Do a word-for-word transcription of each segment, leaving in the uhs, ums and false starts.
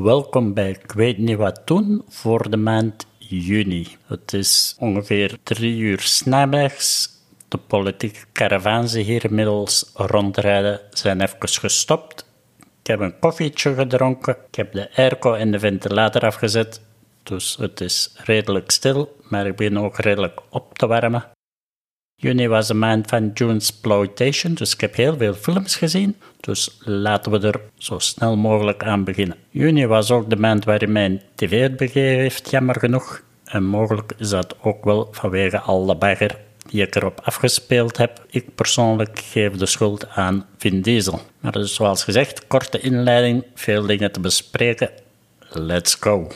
Welkom bij Ik weet niet wat doen voor de maand juni. Het is ongeveer drie uur 's namiddags. De politieke caravans die hier inmiddels rondrijden zijn even gestopt. Ik heb een koffietje gedronken. Ik heb de airco en de ventilator afgezet. Dus het is redelijk stil, maar ik begin ook redelijk op te warmen. Juni was de maand van Junesploitation, dus ik heb heel veel films gezien. Dus laten we er zo snel mogelijk aan beginnen. Juni was ook de maand waarin mijn tv het begeven heeft, jammer genoeg. En mogelijk is dat ook wel vanwege al de bagger die ik erop afgespeeld heb. Ik persoonlijk geef de schuld aan Vin Diesel. Maar dus zoals gezegd, korte inleiding, veel dingen te bespreken. Let's go.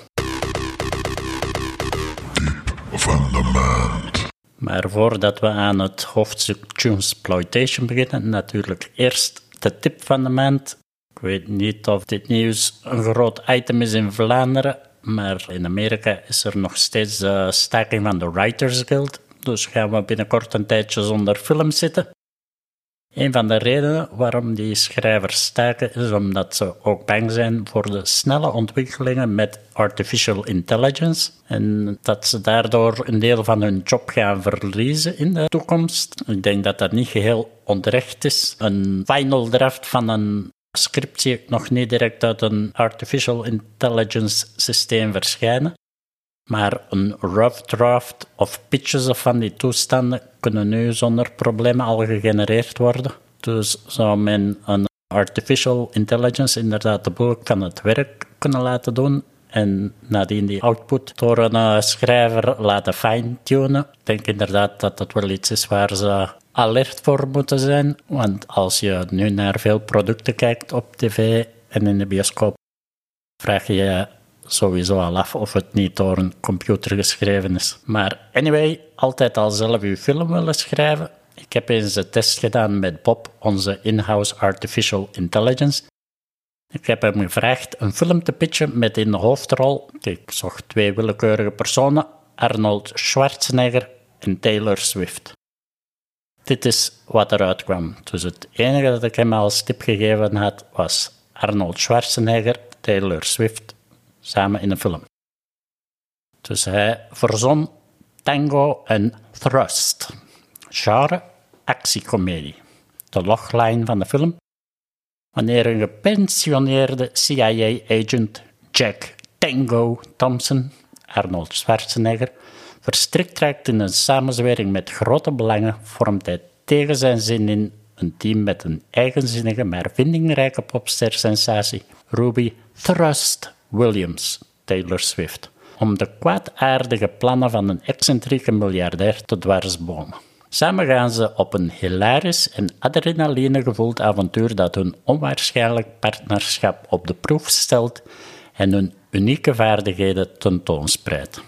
Diep van de maand. Maar voordat we aan het hoofdstuk Junesploitation beginnen, natuurlijk eerst de tip van de maand. Ik weet niet of dit nieuws een groot item is in Vlaanderen, maar in Amerika is er nog steeds de staking van de Writers Guild. Dus gaan we binnenkort een tijdje zonder films zitten. Een van de redenen waarom die schrijvers staken is omdat ze ook bang zijn voor de snelle ontwikkelingen met artificial intelligence en dat ze daardoor een deel van hun job gaan verliezen in de toekomst. Ik denk dat dat niet geheel onterecht is. Een final draft van een script zie ik nog niet direct uit een artificial intelligence systeem verschijnen. Maar een rough draft of pitches of van die toestanden kunnen nu zonder problemen al gegenereerd worden. Dus zou men een artificial intelligence inderdaad de boel van het werk kunnen laten doen en nadien die output door een uh, schrijver laten fine-tunen. Ik denk inderdaad dat dat wel iets is waar ze alert voor moeten zijn. Want als je nu naar veel producten kijkt op tv en in de bioscoop, vraag je je sowieso al af of het niet door een computer geschreven is. Maar anyway, altijd al zelf uw film willen schrijven. Ik heb eens een test gedaan met Bob, onze in-house artificial intelligence. Ik heb hem gevraagd een film te pitchen met in de hoofdrol, ik zocht twee willekeurige personen, Arnold Schwarzenegger en Taylor Swift. Dit is wat eruit kwam. Dus het enige dat ik hem als tip gegeven had was Arnold Schwarzenegger, Taylor Swift, samen in een film. Dus hij verzon Tango en Thrust. Genre actiecomedie. De logline van de film. Wanneer een gepensioneerde C I A-agent Jack Tango Thompson, Arnold Schwarzenegger, verstrikt raakt in een samenzwering met grote belangen, vormt hij tegen zijn zin in een team met een eigenzinnige maar vindingrijke popster-sensatie, Ruby Thrust Williams, Taylor Swift, om de kwaadaardige plannen van een excentrieke miljardair te dwarsbomen. Samen gaan ze op een hilarisch en adrenaline gevuld avontuur dat hun onwaarschijnlijk partnerschap op de proef stelt en hun unieke vaardigheden tentoonspreidt.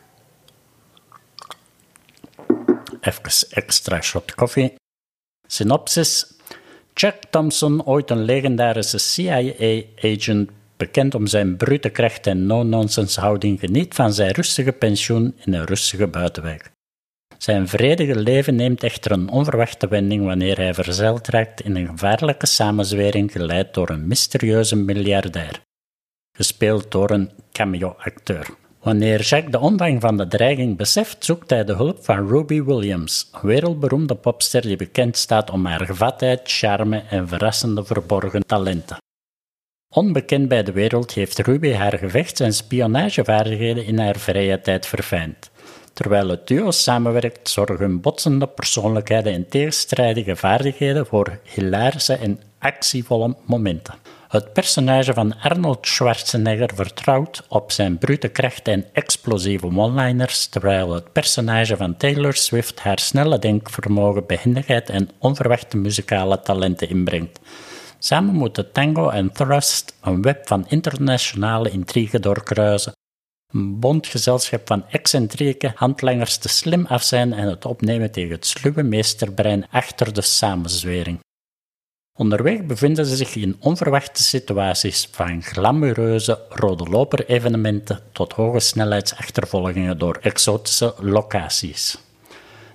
Even extra shot koffie. Synopsis. Jack Thompson, ooit een legendarische C I A-agent, bekend om zijn brute kracht en no-nonsense houding, geniet van zijn rustige pensioen in een rustige buitenwijk. Zijn vredige leven neemt echter een onverwachte wending wanneer hij verzeild raakt in een gevaarlijke samenzwering geleid door een mysterieuze miljardair, gespeeld door een cameo-acteur. Wanneer Jack de omvang van de dreiging beseft, zoekt hij de hulp van Ruby Williams, een wereldberoemde popster die bekend staat om haar gevatheid, charme en verrassende verborgen talenten. Onbekend bij de wereld heeft Ruby haar gevechts- en spionagevaardigheden in haar vrije tijd verfijnd. Terwijl het duo samenwerkt, zorgen hun botsende persoonlijkheden en tegenstrijdige vaardigheden voor hilarische en actievolle momenten. Het personage van Arnold Schwarzenegger vertrouwt op zijn brute kracht en explosieve one-liners, terwijl het personage van Taylor Swift haar snelle denkvermogen, behendigheid en onverwachte muzikale talenten inbrengt. Samen moeten Tango en Thrust een web van internationale intrigue doorkruisen, een bondgezelschap van excentrieke handlangers te slim af zijn en het opnemen tegen het sluwe meesterbrein achter de samenzwering. Onderweg bevinden ze zich in onverwachte situaties, van glamoureuze rode loper-evenementen tot hoge snelheidsachtervolgingen door exotische locaties.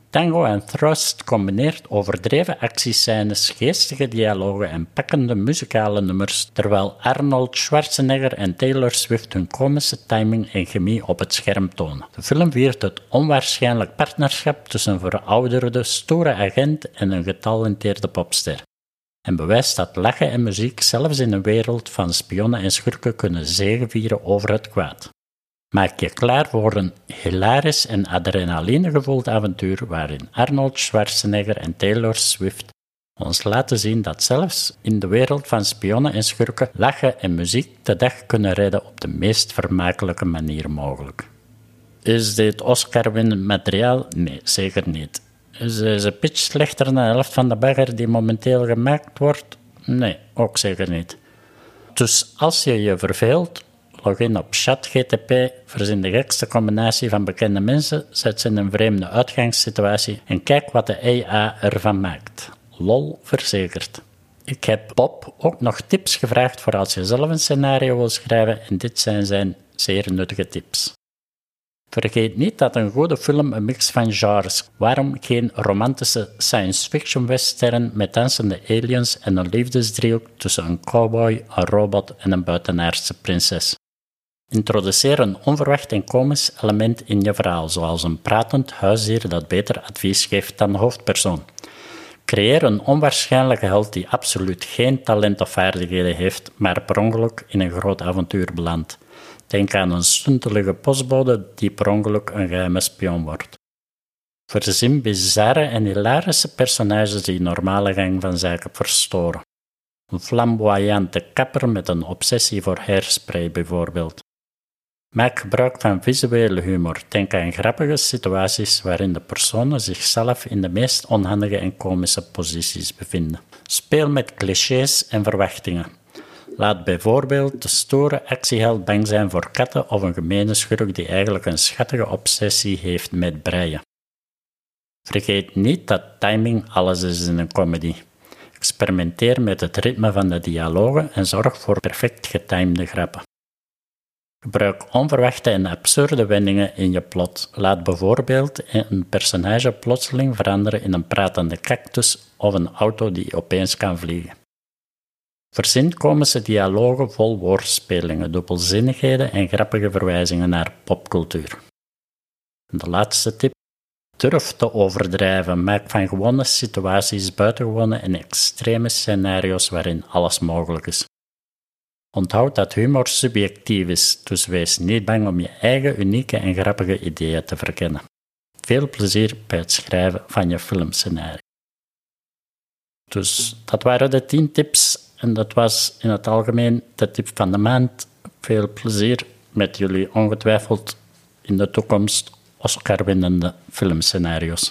Tango en Thrust combineert overdreven actiescènes, geestige dialogen en pakkende muzikale nummers, terwijl Arnold Schwarzenegger en Taylor Swift hun komische timing en chemie op het scherm tonen. De film viert het onwaarschijnlijk partnerschap tussen een verouderde, stoere agent en een getalenteerde popster. En bewijst dat lachen en muziek zelfs in een wereld van spionnen en schurken kunnen zegevieren over het kwaad. Maak je klaar voor een hilarisch en adrenalinegevuld avontuur waarin Arnold Schwarzenegger en Taylor Swift ons laten zien dat zelfs in de wereld van spionnen en schurken lachen en muziek de dag kunnen redden op de meest vermakelijke manier mogelijk. Is dit Oscar-winnend materiaal? Nee, zeker niet. Is deze pitch slechter dan de helft van de bagger die momenteel gemaakt wordt? Nee, ook zeker niet. Dus als je je verveelt, log in op ChatGTP, verzin de gekste combinatie van bekende mensen, zet ze in een vreemde uitgangssituatie en kijk wat de A I ervan maakt. Lol verzekerd. Ik heb Bob ook nog tips gevraagd voor als je zelf een scenario wil schrijven en dit zijn zijn zeer nuttige tips. Vergeet niet dat een goede film een mix van genres. Waarom geen romantische science fiction western met dansende aliens en een liefdesdriehoek tussen een cowboy, een robot en een buitenaardse prinses? Introduceer een onverwacht en komisch element in je verhaal, zoals een pratend huisdier dat beter advies geeft dan de hoofdpersoon. Creëer een onwaarschijnlijke held die absoluut geen talent of vaardigheden heeft, maar per ongeluk in een groot avontuur belandt. Denk aan een stuntelige postbode die per ongeluk een geheime spion wordt. Verzin bizarre en hilarische personages die normale gang van zaken verstoren. Een flamboyante kapper met een obsessie voor hairspray bijvoorbeeld. Maak gebruik van visuele humor. Denk aan grappige situaties waarin de personen zichzelf in de meest onhandige en komische posities bevinden. Speel met clichés en verwachtingen. Laat bijvoorbeeld de stoere actieheld bang zijn voor katten of een gemene schurk die eigenlijk een schattige obsessie heeft met breien. Vergeet niet dat timing alles is in een comedy. Experimenteer met het ritme van de dialogen en zorg voor perfect getimede grappen. Gebruik onverwachte en absurde wendingen in je plot. Laat bijvoorbeeld een personage plotseling veranderen in een pratende cactus of een auto die opeens kan vliegen. Verzin komische dialogen vol woordspelingen, dubbelzinnigheden en grappige verwijzingen naar popcultuur. De laatste tip. Durf te overdrijven. Maak van gewone situaties buitengewone en extreme scenario's waarin alles mogelijk is. Onthoud dat humor subjectief is, dus wees niet bang om je eigen unieke en grappige ideeën te verkennen. Veel plezier bij het schrijven van je filmscenario. Dus dat waren de tien tips en dat was in het algemeen de tip van de maand. Veel plezier met jullie ongetwijfeld in de toekomst Oscar-winnende filmscenario's.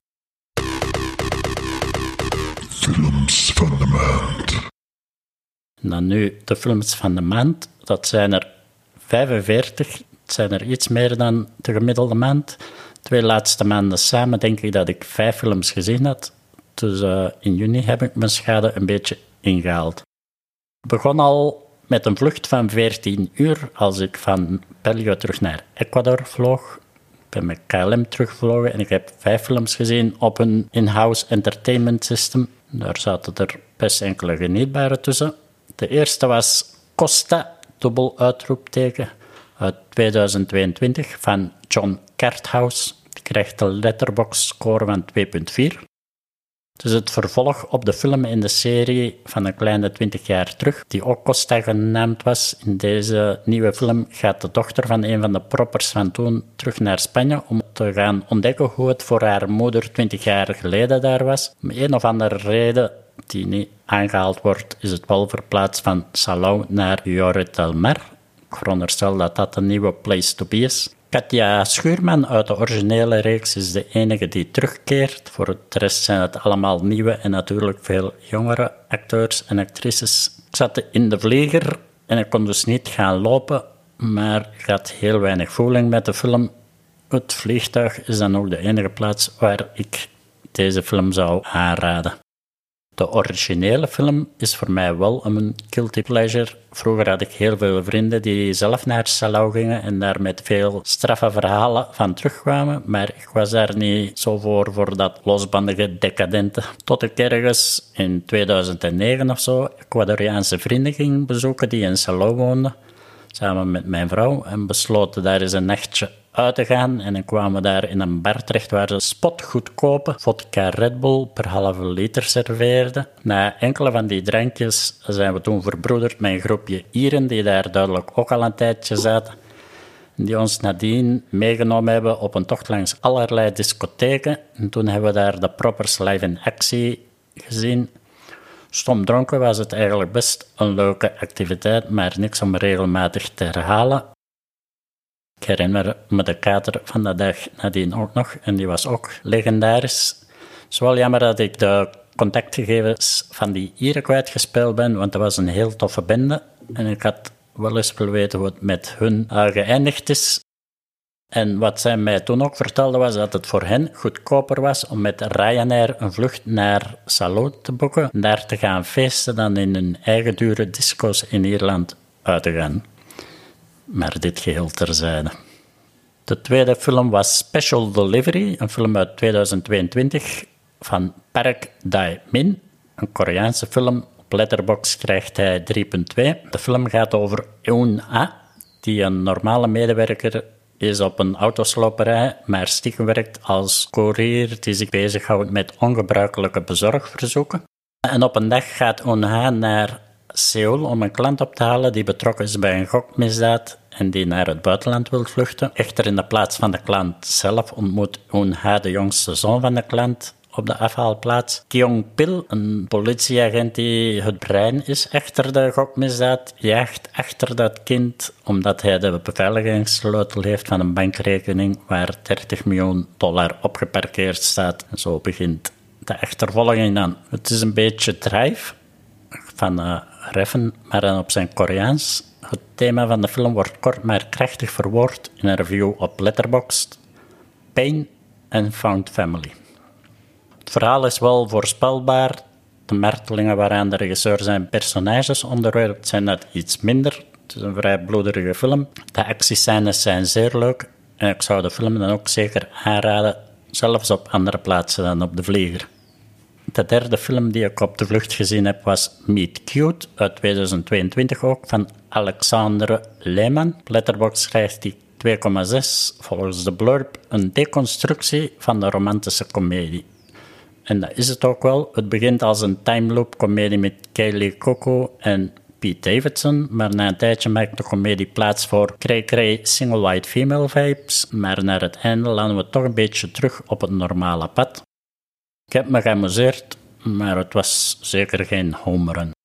Films van de maand. En dan nu de films van de maand. Dat zijn er vijfenveertig. Het zijn er iets meer dan de gemiddelde maand. Twee laatste maanden samen denk ik dat ik vijf films gezien had. Dus uh, in juni heb ik mijn schade een beetje ingehaald. Ik begon al met een vlucht van veertien uur als ik van België terug naar Ecuador vloog. Ik ben met K L M teruggevlogen en ik heb vijf films gezien op een in-house entertainment system. Daar zaten er best enkele genietbare tussen. De eerste was Costa, dubbel uitroepteken, uit tweeduizend tweeëntwintig van John Carthouse. Die krijgt de Letterboxd score van twee komma vier. Het is het vervolg op de film in de serie van een kleine twintig jaar terug, die ook Costa genaamd was. In deze nieuwe film gaat de dochter van een van de proppers van toen terug naar Spanje om te gaan ontdekken hoe het voor haar moeder twintig jaar geleden daar was. Om een of andere reden die niet aangehaald wordt, is het wel verplaatst van Salou naar Lloret del Mar. Ik veronderstel dat dat een nieuwe place to be is. Katja Schuurman uit de originele reeks is de enige die terugkeert. Voor de rest zijn het allemaal nieuwe en natuurlijk veel jongere acteurs en actrices. Ik zat in de vlieger en ik kon dus niet gaan lopen, maar ik had heel weinig voeling met de film. Het vliegtuig is dan ook de enige plaats waar ik deze film zou aanraden. De originele film is voor mij wel een guilty pleasure. Vroeger had ik heel veel vrienden die zelf naar Salou gingen en daar met veel straffe verhalen van terugkwamen. Maar ik was daar niet zo voor, voor dat losbandige decadente. Tot ik ergens in tweeduizend negen of zo Ecuadoriaanse vrienden ging bezoeken die in Salou woonden. Samen met mijn vrouw en besloten daar eens een nachtje uit te gaan. En dan kwamen we daar in een bar terecht waar ze spotgoedkope vodka Red Bull per halve liter serveerden. Na enkele van die drankjes zijn we toen verbroederd met een groepje Ieren die daar duidelijk ook al een tijdje zaten. Die ons nadien meegenomen hebben op een tocht langs allerlei discotheken. En toen hebben we daar de Proppers live in actie gezien. Stom dronken was het eigenlijk best een leuke activiteit, maar niks om regelmatig te herhalen. Ik herinner me de kater van de dag nadien ook nog en die was ook legendarisch. Het is wel jammer dat ik de contactgegevens van die Ieren kwijtgespeeld ben, want dat was een heel toffe bende. En ik had wel eens willen weten hoe het met hun uh, geëindigd is. En wat zij mij toen ook vertelde was dat het voor hen goedkoper was om met Ryanair een vlucht naar Salou te boeken en daar te gaan feesten dan in hun eigen dure disco's in Ierland uit te gaan. Maar dit geheel terzijde. De tweede film was Special Delivery, een film uit tweeduizend tweeëntwintig van Park Dae-min, een Koreaanse film. Op Letterboxd krijgt hij drie komma twee. De film gaat over Eun-ah, die een normale medewerker is op een autosloperij, maar stiekem werkt als courier die zich bezighoudt met ongebruikelijke bezorgverzoeken. En op een dag gaat Eun-ah naar Seoul om een klant op te halen die betrokken is bij een gokmisdaad en die naar het buitenland wil vluchten. Echter in de plaats van de klant zelf ontmoet Eun-ah de jongste zoon van de klant op de afhaalplaats. Kyung-pil, een politieagent die het brein is achter de gokmisdaad, jaagt achter dat kind omdat hij de beveiligingssleutel heeft van een bankrekening waar dertig miljoen dollar op geparkeerd staat. En zo begint de achtervolging dan. Het is een beetje Drive van uh, Refn, maar dan op zijn Koreaans. Het thema van de film wordt kort maar krachtig verwoord in een review op Letterboxd. Pain and Found Family. Het verhaal is wel voorspelbaar. De martelingen waaraan de regisseur zijn personages onderwerpt zijn net iets minder. Het is een vrij bloederige film. De actiescènes zijn zeer leuk. En ik zou de film dan ook zeker aanraden, zelfs op andere plaatsen dan op de vlieger. De derde film die ik op de vlucht gezien heb was Meet Cute uit tweeduizend tweeëntwintig ook, van Alexandre Lehmann. Letterboxd krijgt hij twee komma zes, volgens de blurb een deconstructie van de romantische komedie. En dat is het ook wel. Het begint als een timeloop-comedie met Kaylee Cuoco en Pete Davidson, maar na een tijdje maakt de comedie plaats voor cray-cray single white female vibes, maar naar het einde landen we toch een beetje terug op het normale pad. Ik heb me geamuseerd, maar het was zeker geen home run.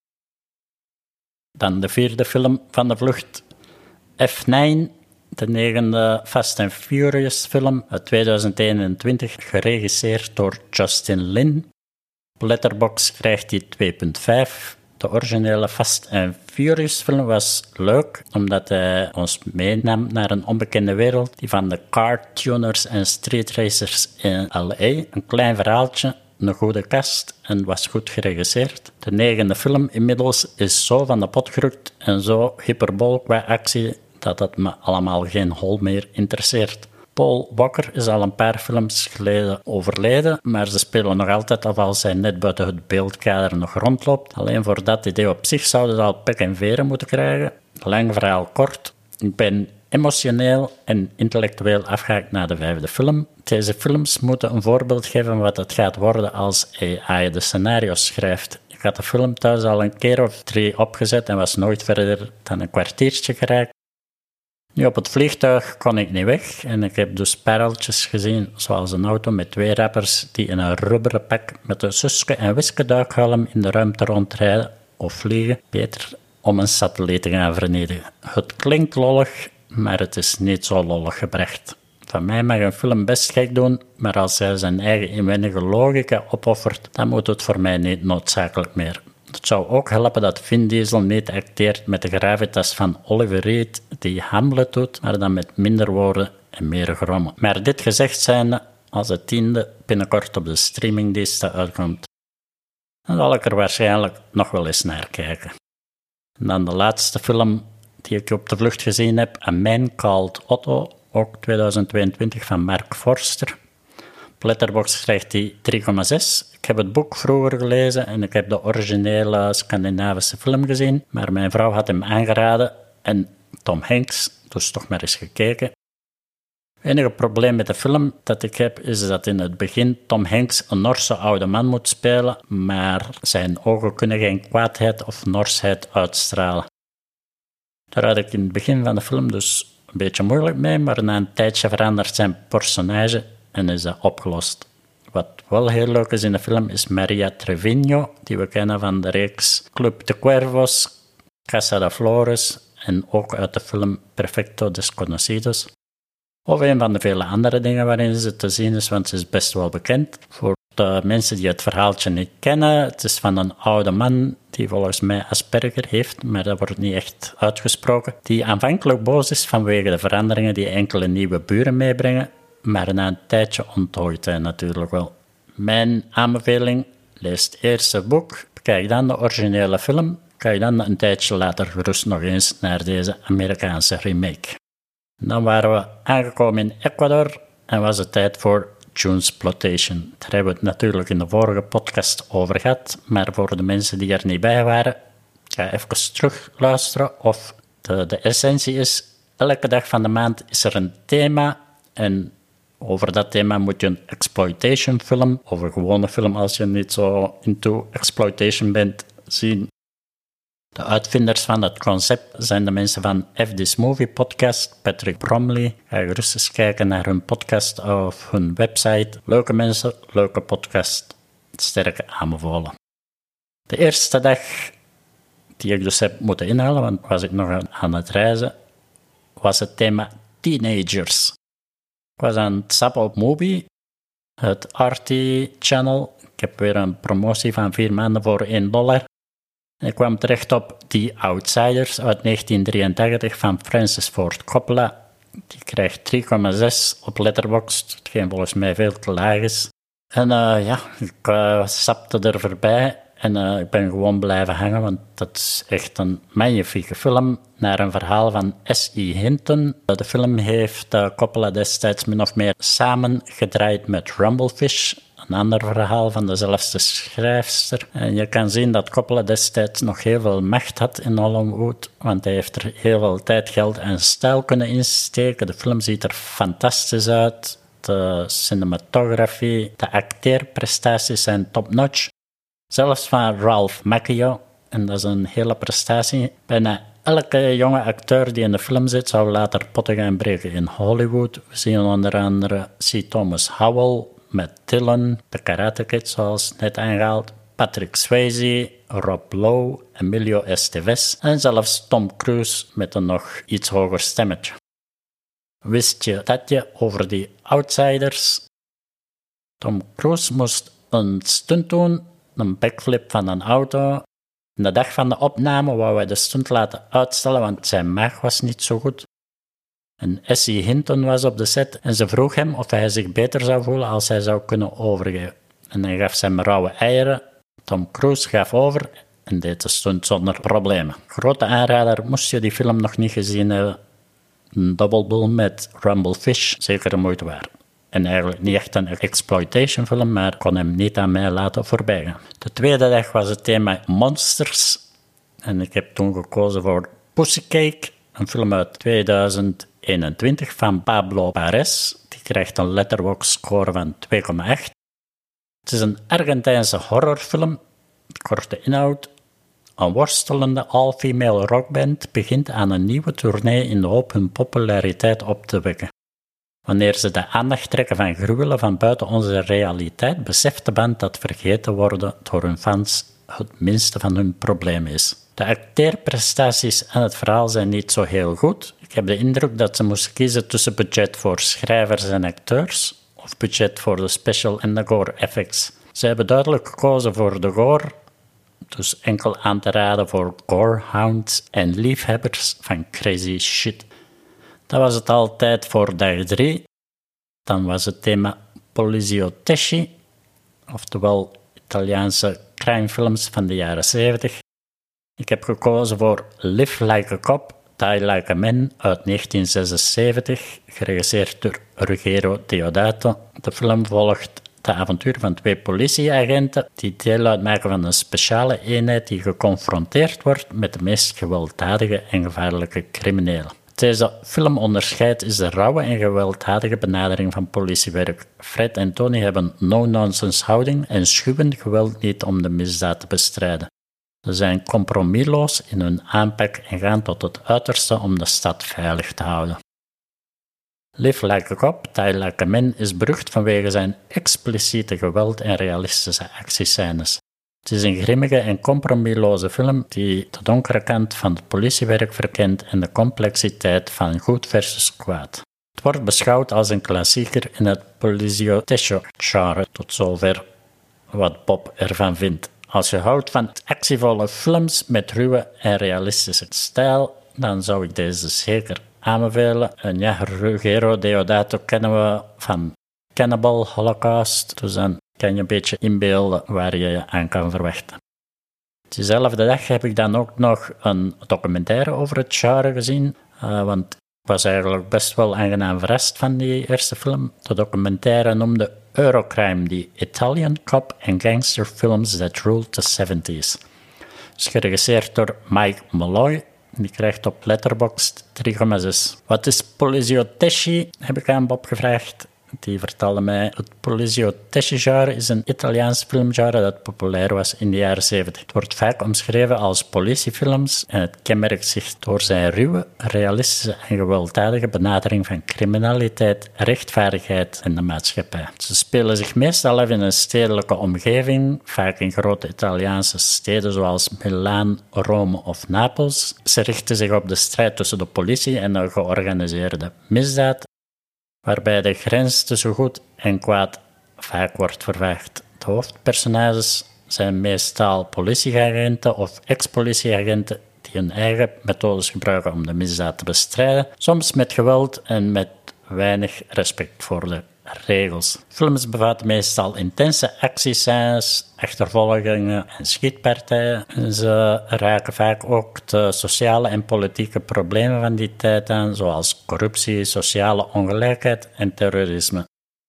Dan de vierde film van de vlucht, F negen, de negende Fast and Furious film uit tweeduizend eenentwintig, geregisseerd door Justin Lin. Op Letterboxd krijgt hij twee komma vijf. De originele Fast and Furious film was leuk, omdat hij ons meenam naar een onbekende wereld, die van de car-tuners en streetracers in L A. Een klein verhaaltje, een goede cast en was goed geregisseerd. De negende film inmiddels is zo van de pot gerukt en zo hyperbol qua actie dat het me allemaal geen hol meer interesseert. Paul Walker is al een paar films geleden overleden, maar ze spelen nog altijd of als hij net buiten het beeldkader nog rondloopt. Alleen voor dat idee op zich zouden ze al pek en veren moeten krijgen. Lang verhaal kort. Ik ben emotioneel en intellectueel afgehaakt na de vijfde film. Deze films moeten een voorbeeld geven van wat het gaat worden als A I de scenario's schrijft. Ik had de film thuis al een keer of drie opgezet en was nooit verder dan een kwartiertje geraakt. Nu, op het vliegtuig kon ik niet weg en ik heb dus pareltjes gezien, zoals een auto met twee rappers die in een rubberen pak met een Suske en Wiske duikhelm in de ruimte rondrijden of vliegen. Beter om een satelliet te gaan vernietigen. Het klinkt lollig, maar het is niet zo lollig gebracht. Van mij mag een film best gek doen, maar als hij zijn eigen inwendige logica opoffert, dan moet het voor mij niet noodzakelijk meer. Het zou ook helpen dat Vin Diesel niet acteert met de gravitas van Oliver Reed, die Hamlet doet, maar dan met minder woorden en meer grommen. Maar dit gezegd zijnde, als het tiende binnenkort op de streamingdiensten uitkomt, Dan zal ik er waarschijnlijk nog wel eens naar kijken. En dan de laatste film die ik op de vlucht gezien heb, A Man Called Otto, ook tweeduizend tweeëntwintig van Mark Forster. Op Letterboxd krijgt hij drie komma zes. Ik heb het boek vroeger gelezen en ik heb de originele Scandinavische film gezien, maar mijn vrouw had hem aangeraden en Tom Hanks, dus toch maar eens gekeken. Het enige probleem met de film dat ik heb, is dat in het begin Tom Hanks een Norse oude man moet spelen, maar zijn ogen kunnen geen kwaadheid of Norsheid uitstralen. Daar had ik in het begin van de film dus een beetje moeilijk mee, maar na een tijdje verandert zijn personage en is dat opgelost. Wat wel heel leuk is in de film is Maria Treviño, die we kennen van de reeks Club de Cuervos, Casa de Flores en ook uit de film Perfecto Desconocidos. Of een van de vele andere dingen waarin ze te zien is, want ze is best wel bekend. Voor de mensen die het verhaaltje niet kennen, het is van een oude man die volgens mij Asperger heeft, maar dat wordt niet echt uitgesproken. Die aanvankelijk boos is vanwege de veranderingen die enkele nieuwe buren meebrengen, maar na een tijdje onttooit hij natuurlijk wel. Mijn aanbeveling, lees eerst het boek, bekijk dan de originele film, kijk dan een tijdje later gerust nog eens naar deze Amerikaanse remake. Dan waren we aangekomen in Ecuador en was het tijd voor Junesploitation. Daar hebben we het natuurlijk in de vorige podcast over gehad, maar voor de mensen die er niet bij waren, ga even terug luisteren. Of de, de essentie is, elke dag van de maand is er een thema en over dat thema moet je een exploitation film, of een gewone film als je niet zo into exploitation bent, zien. De uitvinders van het concept zijn de mensen van F This Movie Podcast, Patrick Bromley. Ga gerust eens kijken naar hun podcast of hun website. Leuke mensen, leuke podcast. Sterke aanbevolen. De eerste dag die ik dus heb moeten inhalen, want was ik nog aan het reizen, was het thema teenagers. Ik was aan het zappen op Mubi, het R T-channel. Ik heb weer een promotie van vier maanden voor één dollar. Ik kwam terecht op The Outsiders uit negentien drieëntachtig van Francis Ford Coppola. Die krijgt drie komma zes op Letterboxd, hetgeen volgens mij veel te laag is. En uh, ja, ik uh, sapte er voorbij en uh, ik ben gewoon blijven hangen, want dat is echt een magnifieke film naar een verhaal van S I Hinton. De film heeft uh, Coppola destijds min of meer samengedraaid met Rumblefish, een ander verhaal van dezelfde schrijfster. En je kan zien dat Coppola destijds nog heel veel macht had in Hollywood, want hij heeft er heel veel tijd, geld en stijl kunnen insteken. De film ziet er fantastisch uit. De cinematografie, de acteerprestaties zijn top-notch. Zelfs van Ralph Macchio, en dat is een hele prestatie. Bijna elke jonge acteur die in de film zit, zou later potten gaan breken in Hollywood. We zien onder andere C. Thomas Howell, Matt Dillon, de Karate Kid zoals net aangehaald, Patrick Swayze, Rob Lowe, Emilio Estevez en zelfs Tom Cruise met een nog iets hoger stemmetje. Wist je dat je over die Outsiders? Tom Cruise moest een stunt doen, een backflip van een auto. De dag van de opname wou hij de stunt laten uitstellen, want zijn maag was niet zo goed. En S I Hinton was op de set en ze vroeg hem of hij zich beter zou voelen als hij zou kunnen overgeven. En hij gaf zijn rauwe eieren. Tom Cruise gaf over en deed de stunt zonder problemen. Grote aanrader, moest je die film nog niet gezien hebben. Een Double Bull met Rumblefish, zeker de moeite waard. En eigenlijk niet echt een exploitation film, maar kon hem niet aan mij laten voorbijgaan. De tweede dag was het thema Monsters. En ik heb toen gekozen voor Pussycake, een film uit tweeduizend eenentwintig van Pablo Pares. Die krijgt een Letterboxd score van twee komma acht. Het is een Argentijnse horrorfilm. Korte inhoud. Een worstelende all-female rockband begint aan een nieuwe tournee in de hoop hun populariteit op te wekken. Wanneer ze de aandacht trekken van gruwelen van buiten onze realiteit, beseft de band dat vergeten worden door hun fans het minste van hun probleem is. De acteerprestaties en het verhaal zijn niet zo heel goed. Ik heb de indruk dat ze moesten kiezen tussen budget voor schrijvers en acteurs of budget voor de special en de gore effects. Ze hebben duidelijk gekozen voor de gore, dus enkel aan te raden voor gorehounds en liefhebbers van crazy shit. Dat was het altijd voor dag drie. Dan was het thema Poliziotteschi, oftewel Italiaanse crimefilms van de jaren zeventig. Ik heb gekozen voor Live Like a Cop, Die Like a Man uit negentien zesenzeventig, geregisseerd door Ruggero Deodato. De film volgt de avonturen van twee politieagenten die deel uitmaken van een speciale eenheid die geconfronteerd wordt met de meest gewelddadige en gevaarlijke criminelen. Deze film onderscheidt is de rauwe en gewelddadige benadering van politiewerk. Fred en Tony hebben no-nonsense houding en schuwen geweld niet om de misdaad te bestrijden. Ze zijn compromisloos in hun aanpak en gaan tot het uiterste om de stad veilig te houden. Live Like a Cop, Die Like a Man is berucht vanwege zijn expliciete geweld en realistische actiescènes. Het is een grimmige en compromisloze film die de donkere kant van het politiewerk verkent en de complexiteit van goed versus kwaad. Het wordt beschouwd als een klassieker in het poliziotesco-genre, tot zover wat Bob ervan vindt. Als je houdt van actievolle films met ruwe en realistische stijl, dan zou ik deze zeker aanbevelen. En ja, Ruggero Deodato kennen we van Cannibal Holocaust, dus dan kan je een beetje inbeelden waar je je aan kan verwachten. Diezelfde dag heb ik dan ook nog een documentaire over het genre gezien, uh, want ik was eigenlijk best wel aangenaam verrast van die eerste film. De documentaire noemde Eurocrime, the Italian cop and gangster films that ruled the seventies. Het is geregisseerd door Mike Malloy. Die krijgt op Letterboxd drie komma zes. Wat is polizioteschi? Heb ik aan Bob gevraagd. Die vertelde mij, het polizioteschi-genre is een Italiaans filmgenre dat populair was in de jaren zeventig. Het wordt vaak omschreven als politiefilms en het kenmerkt zich door zijn ruwe, realistische en gewelddadige benadering van criminaliteit, rechtvaardigheid en de maatschappij. Ze spelen zich meestal af in een stedelijke omgeving, vaak in grote Italiaanse steden zoals Milaan, Rome of Napels. Ze richten zich op de strijd tussen de politie en de georganiseerde misdaad, waarbij de grens tussen goed en kwaad vaak wordt vervaagd. De hoofdpersonages zijn meestal politieagenten of ex-politieagenten die hun eigen methodes gebruiken om de misdaad te bestrijden, soms met geweld en met weinig respect voor de regels. Films bevatten meestal intense actiescènes, achtervolgingen en schietpartijen. En ze raken vaak ook de sociale en politieke problemen van die tijd aan, zoals corruptie, sociale ongelijkheid en terrorisme.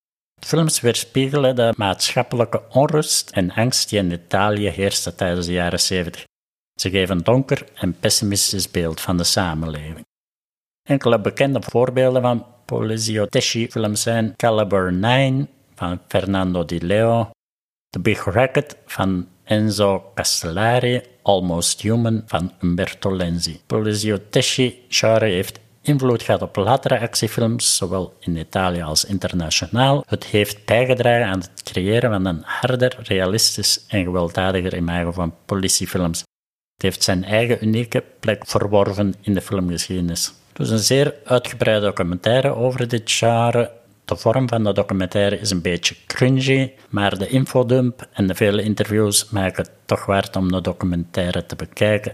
Films weerspiegelen de maatschappelijke onrust en angst die in Italië heerste tijdens de jaren zeventig. Ze geven een donker en pessimistisch beeld van de samenleving. Enkele bekende voorbeelden van polizioteschi-films zijn Caliber negen van Fernando Di Leo, The Big Racket van Enzo Castellari, Almost Human van Umberto Lenzi. Polizioteschi-genre heeft invloed gehad op latere actiefilms, zowel in Italië als internationaal. Het heeft bijgedragen aan het creëren van een harder, realistisch en gewelddadiger imago van politiefilms. Het heeft zijn eigen unieke plek verworven in de filmgeschiedenis. Het is een zeer uitgebreide documentaire over dit genre. De vorm van de documentaire is een beetje cringy, maar de infodump en de vele interviews maken het toch waard om de documentaire te bekijken.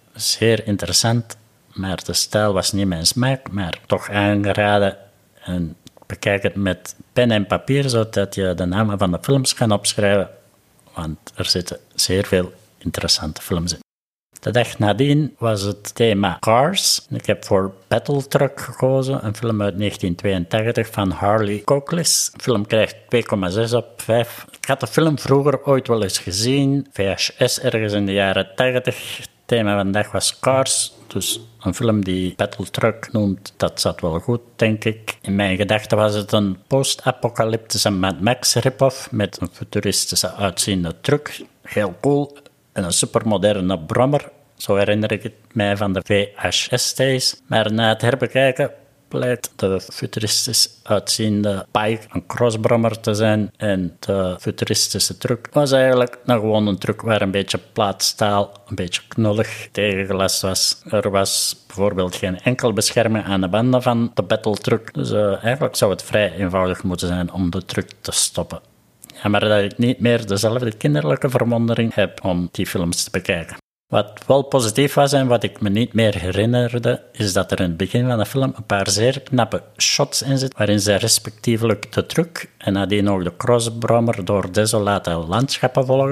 Zeer interessant, maar de stijl was niet mijn smaak, maar toch aangeraden. En bekijk het met pen en papier, zodat je de namen van de films kan opschrijven, want er zitten zeer veel interessante films in. De dag nadien was het thema Cars. Ik heb voor Battle Truck gekozen, een film uit negentien tweeëntachtig van Harley Coklis. De film krijgt twee komma zes op vijf. Ik had de film vroeger ooit wel eens gezien, V H S ergens in de jaren tachtig. Het thema van de dag was Cars, dus een film die Battle Truck noemt, dat zat wel goed, denk ik. In mijn gedachten was het een post-apocalyptische Mad Max rip-off met een futuristische uitziende truck. Heel cool. En een supermoderne brommer, zo herinner ik het mij van de V H S-days. Maar na het herbekijken blijkt de futuristisch uitziende bike een crossbrommer te zijn. En de futuristische truck was eigenlijk nou gewoon een truck waar een beetje plaatstaal, een beetje knullig tegengelast was. Er was bijvoorbeeld geen enkel bescherming aan de banden van de battle truck. Dus uh, eigenlijk zou het vrij eenvoudig moeten zijn om de truck te stoppen. Ja, maar dat ik niet meer dezelfde kinderlijke verwondering heb om die films te bekijken. Wat wel positief was en wat ik me niet meer herinnerde, is dat er in het begin van de film een paar zeer knappe shots in zitten, waarin ze respectievelijk de truck en nadien ook de crossbrommer door desolate landschappen volgen. Een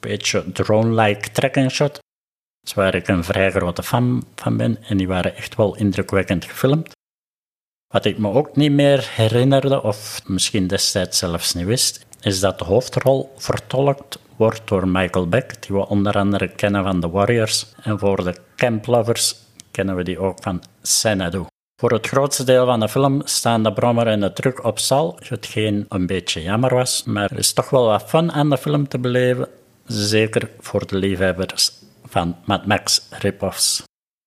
beetje drone-like tracking shot. Dus waar ik een vrij grote fan van ben. En die waren echt wel indrukwekkend gefilmd. Wat ik me ook niet meer herinnerde, of misschien destijds zelfs niet wist, is dat de hoofdrol vertolkt wordt door Michael Beck, die we onder andere kennen van The Warriors. En voor de Camp Lovers kennen we die ook van Xanadu. Voor het grootste deel van de film staan de brommer en de truck op stal, hetgeen een beetje jammer was. Maar er is toch wel wat fun aan de film te beleven, zeker voor de liefhebbers van Mad Max rip-offs.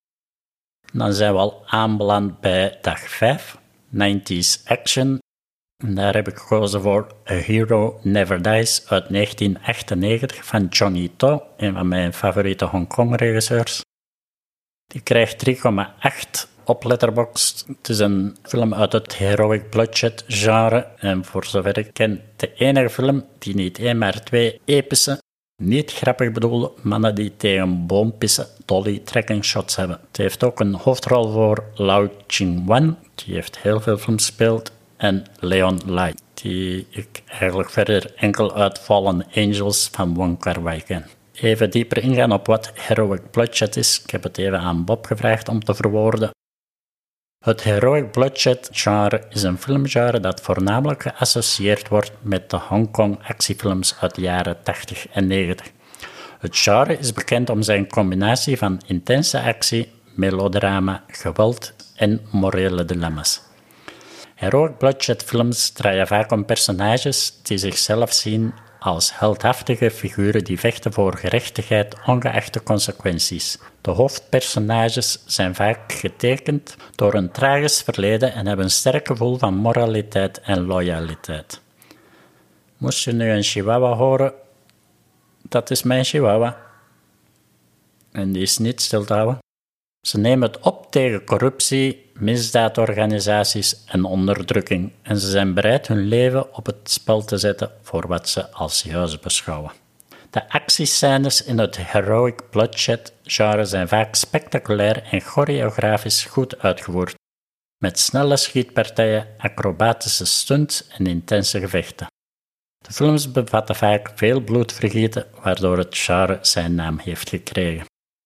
Dan zijn we al aanbeland bij dag vijf, nineties action. En daar heb ik gekozen voor A Hero Never Dies uit negentien achtennegentig van Johnny To, een van mijn favoriete Hongkong-regisseurs. Die krijgt drie komma acht op Letterboxd. Het is een film uit het heroic bloodshed genre en voor zover ik ken de enige film die niet één maar twee epische, niet grappig bedoelde mannen die tegen een boom pissen dolly tracking shots hebben. Het heeft ook een hoofdrol voor Lau Ching-wan, die heeft heel veel films gespeeld, en Leon Lai, die ik eigenlijk verder enkel uit Fallen Angels van Wong Kar-wai ken. Even dieper ingaan op wat heroic bloodshed is. Ik heb het even aan Bob gevraagd om te verwoorden. Het heroic bloodshed genre is een filmgenre dat voornamelijk geassocieerd wordt met de Hongkong actiefilms uit de jaren tachtig en negentig. Het genre is bekend om zijn combinatie van intense actie, melodrama, geweld en morele dilemma's. Heroic bloodshed films draaien vaak om personages die zichzelf zien als heldhaftige figuren die vechten voor gerechtigheid ongeacht de consequenties. De hoofdpersonages zijn vaak getekend door een tragisch verleden en hebben een sterk gevoel van moraliteit en loyaliteit. Moest je nu een chihuahua horen? Dat is mijn chihuahua. En die is niet stil te houden. Ze nemen het op tegen corruptie, misdaadorganisaties en onderdrukking en ze zijn bereid hun leven op het spel te zetten voor wat ze als juist beschouwen. De actiescènes in het heroic bloodshed genre zijn vaak spectaculair en choreografisch goed uitgevoerd, met snelle schietpartijen, acrobatische stunts en intense gevechten. De films bevatten vaak veel bloedvergieten, waardoor het genre zijn naam heeft gekregen.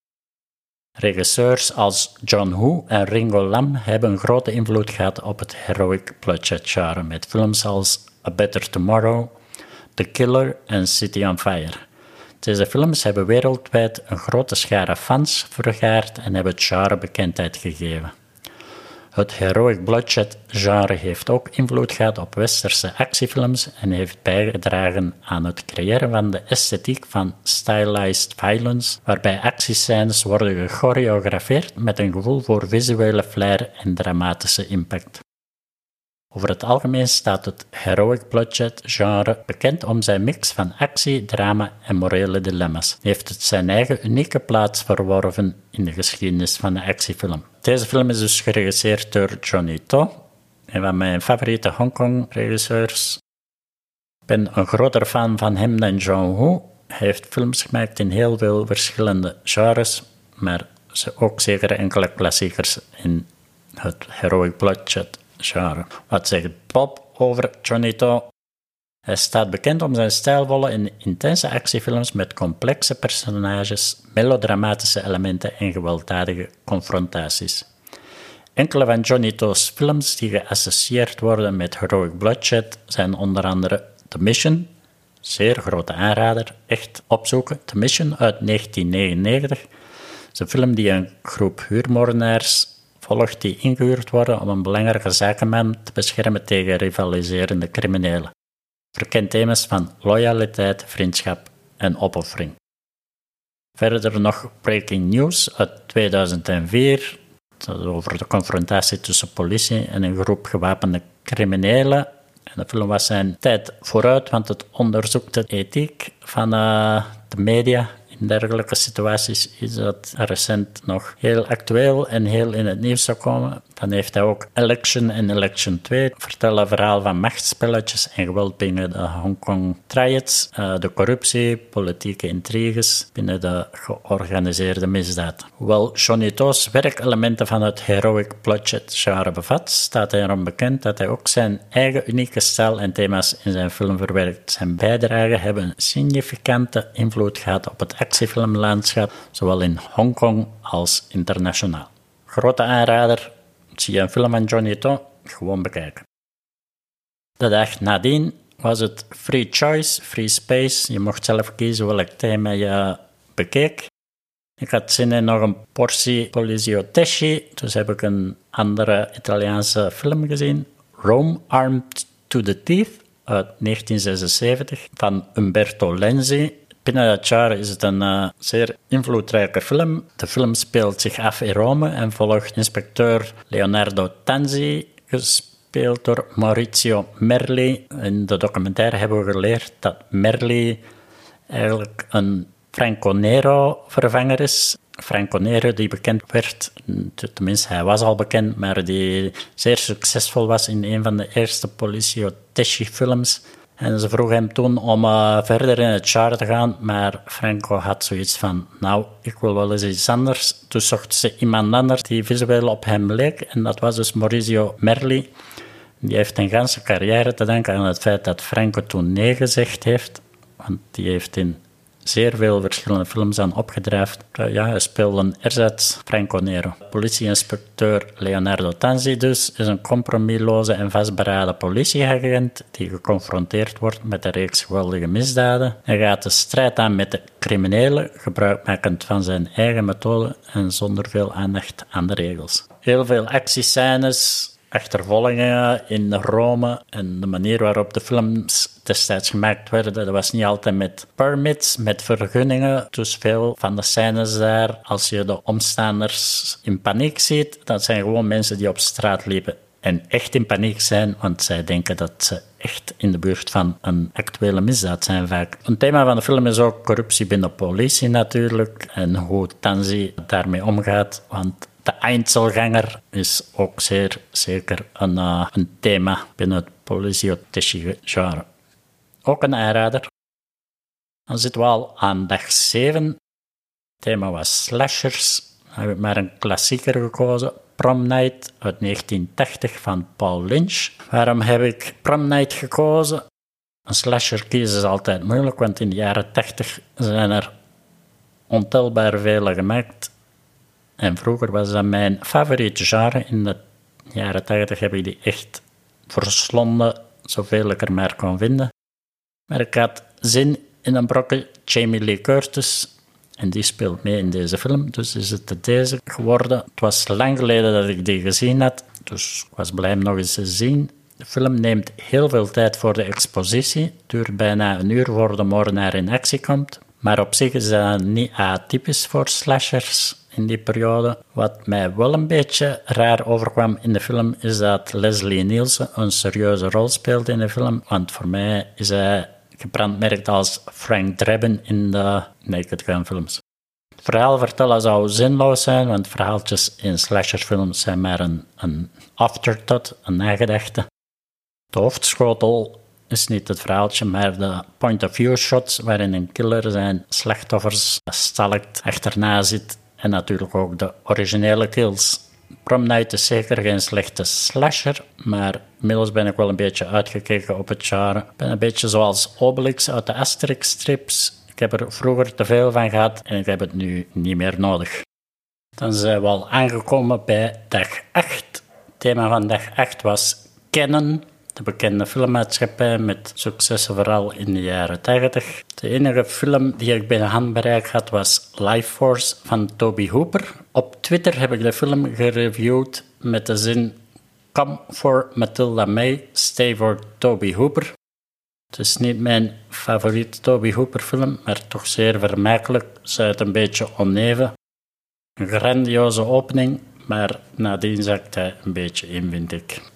Regisseurs als John Woo en Ringo Lam hebben een grote invloed gehad op het heroic bloodshed genre met films als A Better Tomorrow, The Killer en City on Fire. Deze films hebben wereldwijd een grote schare fans vergaard en hebben het genre bekendheid gegeven. Het heroic bloodshed genre heeft ook invloed gehad op westerse actiefilms en heeft bijgedragen aan het creëren van de esthetiek van stylized violence, waarbij actiescènes worden gechoreografeerd met een gevoel voor visuele flair en dramatische impact. Over het algemeen staat het heroic bloodshed genre bekend om zijn mix van actie, drama en morele dilemma's. Heeft het zijn eigen unieke plaats verworven in de geschiedenis van de actiefilm. Deze film is dus geregisseerd door Johnny To, een van mijn favoriete Hongkong-regisseurs. Ik ben een groter fan van hem dan John Woo. Hij heeft films gemaakt in heel veel verschillende genres, maar ook zeker enkele klassiekers in het heroic bloodshed genre. Wat zegt Bob over Johnny To? Hij staat bekend om zijn stijlvolle en intense actiefilms met complexe personages, melodramatische elementen en gewelddadige confrontaties. Enkele van Johnny To's films die geassocieerd worden met heroic bloodshed zijn onder andere The Mission, zeer grote aanrader, echt opzoeken, The Mission uit negentien negenennegentig. Het is een film die een groep huurmoordenaars volgt die ingehuurd worden om een belangrijke zakenman te beschermen tegen rivaliserende criminelen. Verkent thema's van loyaliteit, vriendschap en opoffering. Verder nog Breaking News uit tweeduizend vier, over de confrontatie tussen politie en een groep gewapende criminelen. En de film was zijn tijd vooruit, want het onderzoekt de ethiek van uh, de media in in dergelijke situaties is dat recent nog heel actueel en heel in het nieuws zou komen. Dan heeft hij ook Election en Election twee, vertellen een verhaal van machtsspelletjes en geweld binnen de Hongkong Triads, uh, de corruptie, politieke intriges binnen de georganiseerde misdaad. Hoewel Johnny To's werkelementen van het heroic plotjet genre bevat, staat hij erom bekend dat hij ook zijn eigen unieke stijl en thema's in zijn film verwerkt. Zijn bijdragen hebben een significante invloed gehad op het actiefilmlandschap, zowel in Hongkong als internationaal. Grote aanrader, zie je een film van Johnny To, gewoon bekijken. De dag nadien was het free choice, free space. Je mocht zelf kiezen welk thema je bekeek. Ik had zin in nog een portie Poliziotteschi, dus heb ik een andere Italiaanse film gezien. Rome Armed to the Teeth uit negentien zesenzeventig van Umberto Lenzi. Binnen dat jaar is het een uh, zeer invloedrijke film. De film speelt zich af in Rome en volgt inspecteur Leonardo Tanzi, gespeeld door Maurizio Merli. In de documentaire hebben we geleerd dat Merli eigenlijk een Franco Nero-vervanger is. Franco Nero, die bekend werd, tenminste hij was al bekend, maar die zeer succesvol was in een van de eerste Poliziotteschi-films. En ze vroeg hem toen om uh, verder in het genre te gaan, maar Franco had zoiets van, nou, ik wil wel eens iets anders. Toen zocht ze iemand anders die visueel op hem leek, en dat was dus Maurizio Merli. Die heeft een ganse carrière te danken aan het feit dat Franco toen nee gezegd heeft, want die heeft in zeer veel verschillende films aan opgedraafd. Ja, hij speelde een ersatz Franco Nero. Politieinspecteur Leonardo Tanzi dus is een compromisloze en vastberaden politieagent die geconfronteerd wordt met een reeks geweldige misdaden. Hij gaat de strijd aan met de criminelen, gebruikmakend van zijn eigen methode en zonder veel aandacht aan de regels. Heel veel actiescènes, achtervolgingen in Rome en de manier waarop de films destijds gemaakt werden, dat was niet altijd met permits, met vergunningen. Dus veel van de scènes daar, als je de omstanders in paniek ziet, dat zijn gewoon mensen die op straat liepen en echt in paniek zijn, want zij denken dat ze echt in de buurt van een actuele misdaad zijn vaak. Een thema van de film is ook corruptie binnen de politie natuurlijk en hoe Tanzi daarmee omgaat, want de Einzelganger is ook zeer zeker een, uh, een thema binnen het Poliziotteschi-genre. Ook een aanrader. Dan zitten we al aan dag zeven. Het thema was slashers. Dan heb ik maar een klassieker gekozen. Prom Night uit negentien tachtig van Paul Lynch. Waarom heb ik Prom Night gekozen? Een slasher kiezen is altijd moeilijk, want in de jaren tachtig zijn er ontelbaar vele gemaakt. En vroeger was dat mijn favoriete genre. In de jaren tachtig heb ik die echt verslonden, zoveel ik er maar kon vinden. Maar ik had zin in een brokje Jamie Lee Curtis. En die speelt mee in deze film. Dus is het deze geworden. Het was lang geleden dat ik die gezien had. Dus ik was blij om nog eens te zien. De film neemt heel veel tijd voor de expositie. Het duurt bijna een uur voor de moordenaar in actie komt. Maar op zich is dat niet atypisch voor slashers in die periode. Wat mij wel een beetje raar overkwam in de film is dat Leslie Nielsen een serieuze rol speelt in de film. Want voor mij is hij gebrandmerkt als Frank Drebin in de Naked Gun films. Het verhaal vertellen zou zinloos zijn, want verhaaltjes in slasherfilms zijn maar een, een afterthought, een nagedachte. De hoofdschotel is niet het verhaaltje, maar de point-of-view shots waarin een killer zijn slachtoffers stalkt, achterna zit en natuurlijk ook de originele kills. Prom Night is zeker geen slechte slasher, maar inmiddels ben ik wel een beetje uitgekeken op het genre. Ik ben een beetje zoals Obelix uit de Asterix-strips. Ik heb er vroeger te veel van gehad en ik heb het nu niet meer nodig. Dan zijn we al aangekomen bij dag acht. Het thema van dag acht was Canon, de bekende filmmaatschappij met successen vooral in de jaren tachtig. De enige film die ik binnen handbereik had was Life Force van Tobe Hooper. Op Twitter heb ik de film gereviewd met de zin Come for Matilda May, stay for Tobe Hooper. Het is niet mijn favoriete Tobe Hooper film, maar toch zeer vermakelijk. Zij het een beetje oneven. Een grandioze opening, maar nadien zakt hij een beetje in, vind ik.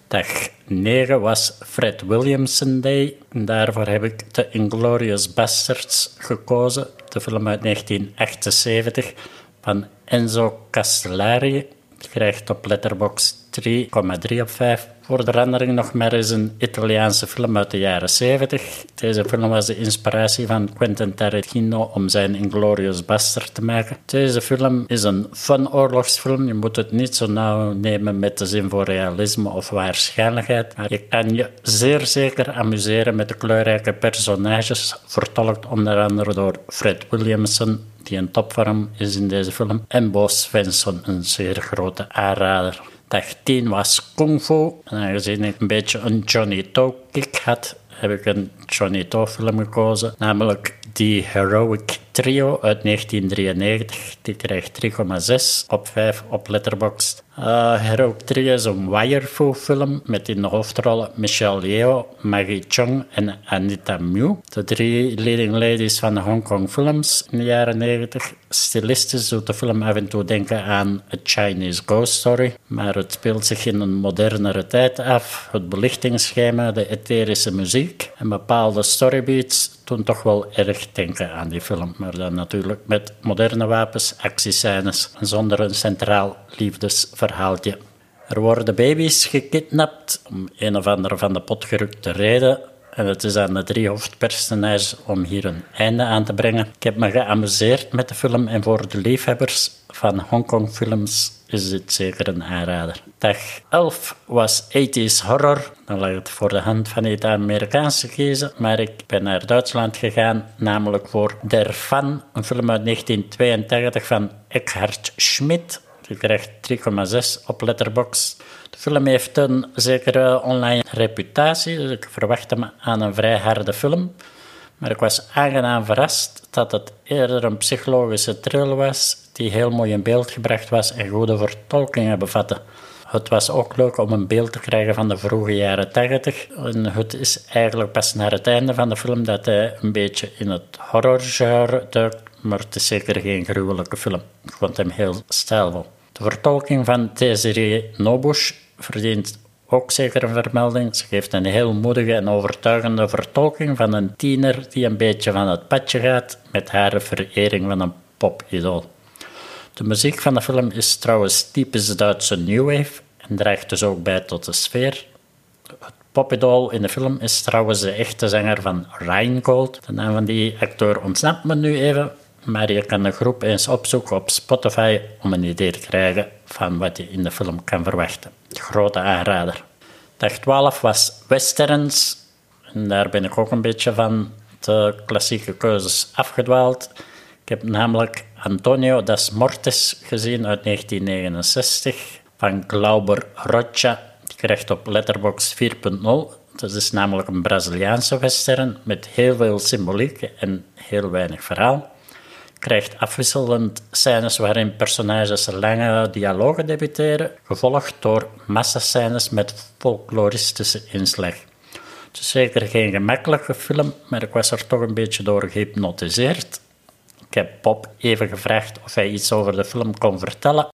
Dag negen was Fred Williamson Day. En daarvoor heb ik The Inglourious Basterds gekozen. De film uit negentien achtenzeventig van Enzo Castellari. Je krijgt op Letterboxd drie komma drie op vijf. Voor de verandering nog maar eens een Italiaanse film uit de jaren zeventig. Deze film was de inspiratie van Quentin Tarantino om zijn Inglourious Basterds te maken. Deze film is een fun oorlogsfilm. Je moet het niet zo nauw nemen met de zin voor realisme of waarschijnlijkheid. Maar je kan je zeer zeker amuseren met de kleurrijke personages, vertolkt onder andere door Fred Williamson, die een topvorm is in deze film, en Bo Svensson, een zeer grote aanrader. Dag tien was Kung Fu. En aangezien ik een beetje een Johnny To kick had, heb ik een Johnny To film gekozen. Namelijk The Heroic Trio uit negentien drieënnegentig. Die krijgt drie komma zes op vijf op Letterboxd. Uh, Heroic Trio is een wire-fu film met in de hoofdrollen Michelle Yeoh, Maggie Cheung en Anita Mui. De drie leading ladies van de Hongkong films in de jaren negentig. Stilistisch doet de film af en toe denken aan A Chinese Ghost Story, maar het speelt zich in een modernere tijd af. Het belichtingsschema, de etherische muziek en bepaalde storybeats doen toch wel erg denken aan die film, maar dan natuurlijk met moderne wapens, actiescènes en zonder een centraal liefdesverhaaltje. Er worden baby's gekidnapt om een of andere van de pot gerukte reden. En het is aan de drie hoofdpersonages om hier een einde aan te brengen. Ik heb me geamuseerd met de film en voor de liefhebbers van Hongkong films is dit zeker een aanrader. Dag elf was tachtiger horror. Dan lag het voor de hand van het Amerikaans te kiezen, maar ik ben naar Duitsland gegaan, namelijk voor Der Fan, een film uit negentien tweeëntachtig van Eckhard Schmidt. Die krijgt drie komma zes op Letterboxd. De film heeft een zekere online reputatie, dus ik verwachtte me aan een vrij harde film. Maar ik was aangenaam verrast dat het eerder een psychologische thriller was, die heel mooi in beeld gebracht was en goede vertolkingen bevatte. Het was ook leuk om een beeld te krijgen van de vroege jaren tachtig. En het is eigenlijk pas naar het einde van de film dat hij een beetje in het horrorgenre duikt, maar het is zeker geen gruwelijke film. Ik vond hem heel stijlvol. De vertolking van Desiree Nobush verdient ook zeker een vermelding. Ze geeft een heel moedige en overtuigende vertolking van een tiener die een beetje van het padje gaat met haar verering van een popidool. De muziek van de film is trouwens typisch Duitse New Wave en draagt dus ook bij tot de sfeer. Het popidool in de film is trouwens de echte zanger van Rheingold. De naam van die acteur ontsnapt me nu even, maar je kan de groep eens opzoeken op Spotify om een idee te krijgen van wat je in de film kan verwachten. Grote aanrader. Dag twaalf was westerns. En daar ben ik ook een beetje van de klassieke keuzes afgedwaald. Ik heb namelijk Antonio das Mortes gezien uit negentien negenenzestig van Glauber Rocha. Die krijgt op Letterboxd vier komma nul. Dat is namelijk een Braziliaanse western met heel veel symboliek en heel weinig verhaal. Krijgt afwisselend scènes waarin personages lange dialogen debuteren, gevolgd door massascènes met folkloristische inslag. Het is zeker geen gemakkelijke film, maar ik was er toch een beetje door gehypnotiseerd. Ik heb Bob even gevraagd of hij iets over de film kon vertellen.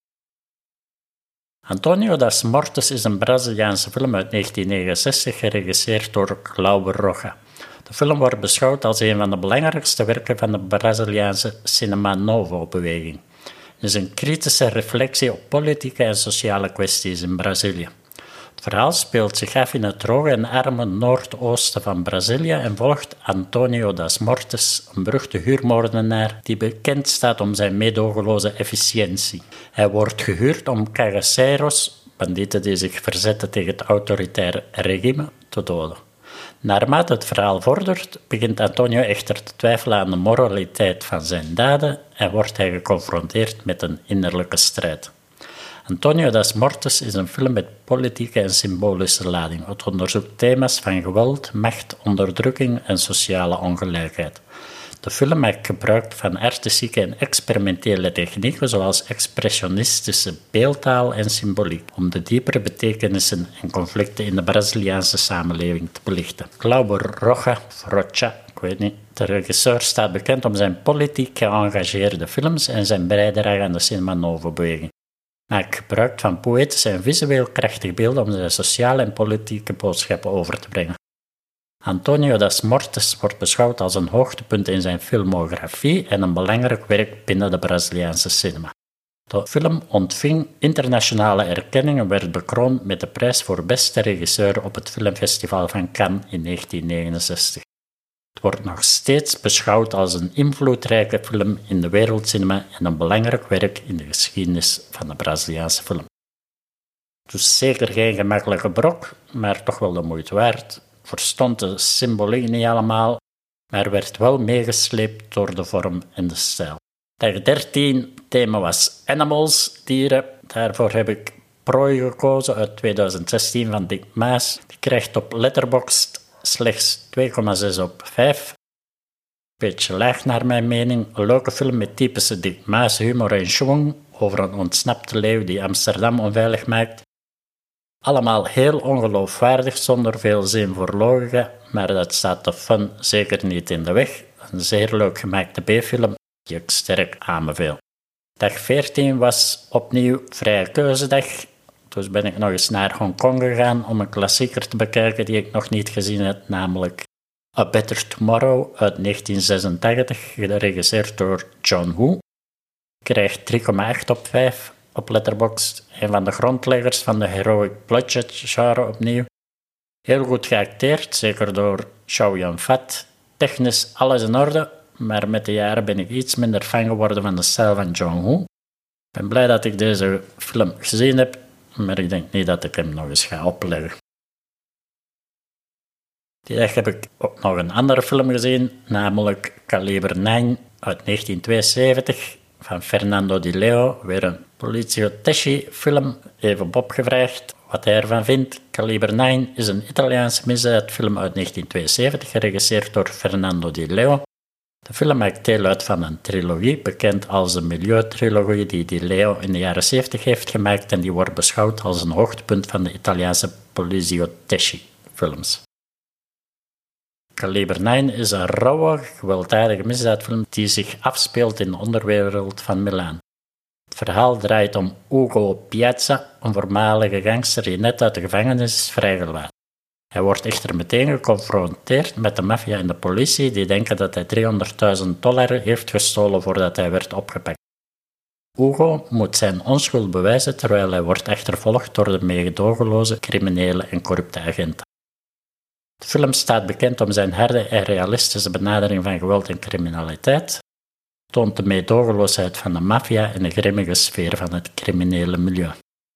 Antonio das Mortes is een Braziliaanse film uit negentien negenenzestig, geregisseerd door Glauber Rocha. De film wordt beschouwd als een van de belangrijkste werken van de Braziliaanse Cinema Novo-beweging. Het is een kritische reflectie op politieke en sociale kwesties in Brazilië. Het verhaal speelt zich af in het droge en arme noordoosten van Brazilië en volgt Antonio das Mortes, een beruchte huurmoordenaar die bekend staat om zijn meedogenloze efficiëntie. Hij wordt gehuurd om cagaceiros, bandieten die zich verzetten tegen het autoritaire regime, te doden. Naarmate het verhaal vordert, begint Antonio echter te twijfelen aan de moraliteit van zijn daden en wordt hij geconfronteerd met een innerlijke strijd. Antonio das Mortes is een film met politieke en symbolische lading. Het onderzoekt thema's van geweld, macht, onderdrukking en sociale ongelijkheid. De film maakt gebruik van artistieke en experimentele technieken zoals expressionistische beeldtaal en symboliek om de diepere betekenissen en conflicten in de Braziliaanse samenleving te belichten. Glauber Rocha, Rocha, ik weet niet. De regisseur staat bekend om zijn politiek geëngageerde films en zijn bijdrage aan de Cinema Novo-beweging. maakt gebruik van poëtische en visueel krachtige beelden om zijn sociale en politieke boodschappen over te brengen. Antonio das Mortes wordt beschouwd als een hoogtepunt in zijn filmografie en een belangrijk werk binnen de Braziliaanse cinema. De film ontving internationale erkenning en werd bekroond met de prijs voor beste regisseur op het filmfestival van Cannes in negentien negenenzestig. Het wordt nog steeds beschouwd als een invloedrijke film in de wereldcinema en een belangrijk werk in de geschiedenis van de Braziliaanse film. Dus zeker geen gemakkelijke brok, maar toch wel de moeite waard. Verstond de symboliek niet allemaal, maar werd wel meegesleept door de vorm en de stijl. Dag dertien, thema was Animals, dieren. Daarvoor heb ik Prooi gekozen uit tweeduizend zestien van Dick Maas. Die krijgt op Letterboxd slechts twee komma zes op vijf. Beetje laag naar mijn mening. Een leuke film met typische Dick Maas humor en schwung over een ontsnapte leeuw die Amsterdam onveilig maakt. Allemaal heel ongeloofwaardig, zonder veel zin voor logica, maar dat staat de fun zeker niet in de weg. Een zeer leuk gemaakte B-film die ik sterk aanbeveel. Dag veertien was opnieuw vrije keuzedag. Dus ben ik nog eens naar Hongkong gegaan om een klassieker te bekijken die ik nog niet gezien heb, namelijk A Better Tomorrow uit negentien zesentachtig, geregisseerd door John Woo. Krijgt drie komma acht op vijf op Letterboxd, een van de grondleggers van de heroic bloodshed genre opnieuw. Heel goed geacteerd, zeker door Chow Yun-fat. Technisch alles in orde, maar met de jaren ben ik iets minder fan geworden van de stijl van John Woo. Ik ben blij dat ik deze film gezien heb, maar ik denk niet dat ik hem nog eens ga opleggen. Die dag heb ik ook nog een andere film gezien, namelijk Caliber negen uit negentien tweeënzeventig van Fernando Di Leo. Weer een Polizio Tesci film. Even Bob gevraagd wat hij ervan vindt. Caliber negen is een Italiaanse misdaadfilm uit negentien tweeënzeventig, geregisseerd door Fernando Di Leo. De film maakt deel uit van een trilogie, bekend als de Milieu-trilogie die Di Leo in de jaren zeventig heeft gemaakt en die wordt beschouwd als een hoogtepunt van de Italiaanse Polizio Tesci films. Caliber negen is een rauwe, gewelddadige misdaadfilm die zich afspeelt in de onderwereld van Milaan. Het verhaal draait om Ugo Piazza, een voormalige gangster die net uit de gevangenis is vrijgelaten. Hij wordt echter meteen geconfronteerd met de maffia en de politie die denken dat hij driehonderdduizend dollar heeft gestolen voordat hij werd opgepakt. Ugo moet zijn onschuld bewijzen terwijl hij wordt achtervolgd door de meedogenloze criminele en corrupte agenten. De film staat bekend om zijn harde en realistische benadering van geweld en criminaliteit, toont de meedogenloosheid van de maffia en de grimmige sfeer van het criminele milieu.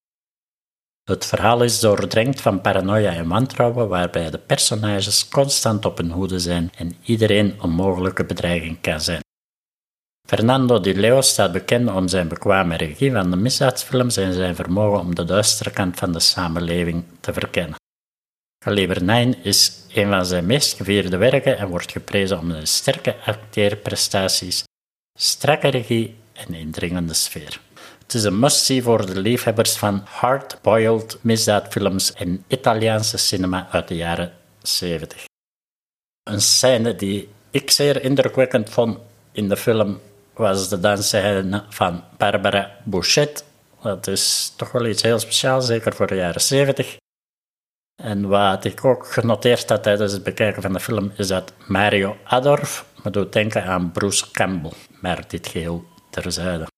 Het verhaal is doordrenkt van paranoia en wantrouwen, waarbij de personages constant op hun hoede zijn en iedereen een mogelijke bedreiging kan zijn. Fernando Di Leo staat bekend om zijn bekwame regie van de misdaadfilms en zijn vermogen om de duistere kant van de samenleving te verkennen. Caliber negen is een van zijn meest gevierde werken en wordt geprezen om zijn sterke acteerprestaties, strakke regie en indringende sfeer. Het is een must-see voor de liefhebbers van hard-boiled misdaadfilms en Italiaanse cinema uit de jaren zeventig. Een scène die ik zeer indrukwekkend vond in de film was de dansscène van Barbara Bouchet. Dat is toch wel iets heel speciaals, zeker voor de jaren zeventig. En wat ik ook genoteerd had tijdens het bekijken van de film is dat Mario Adorf me doet denken aan Bruce Campbell, maar dit geheel terzijde.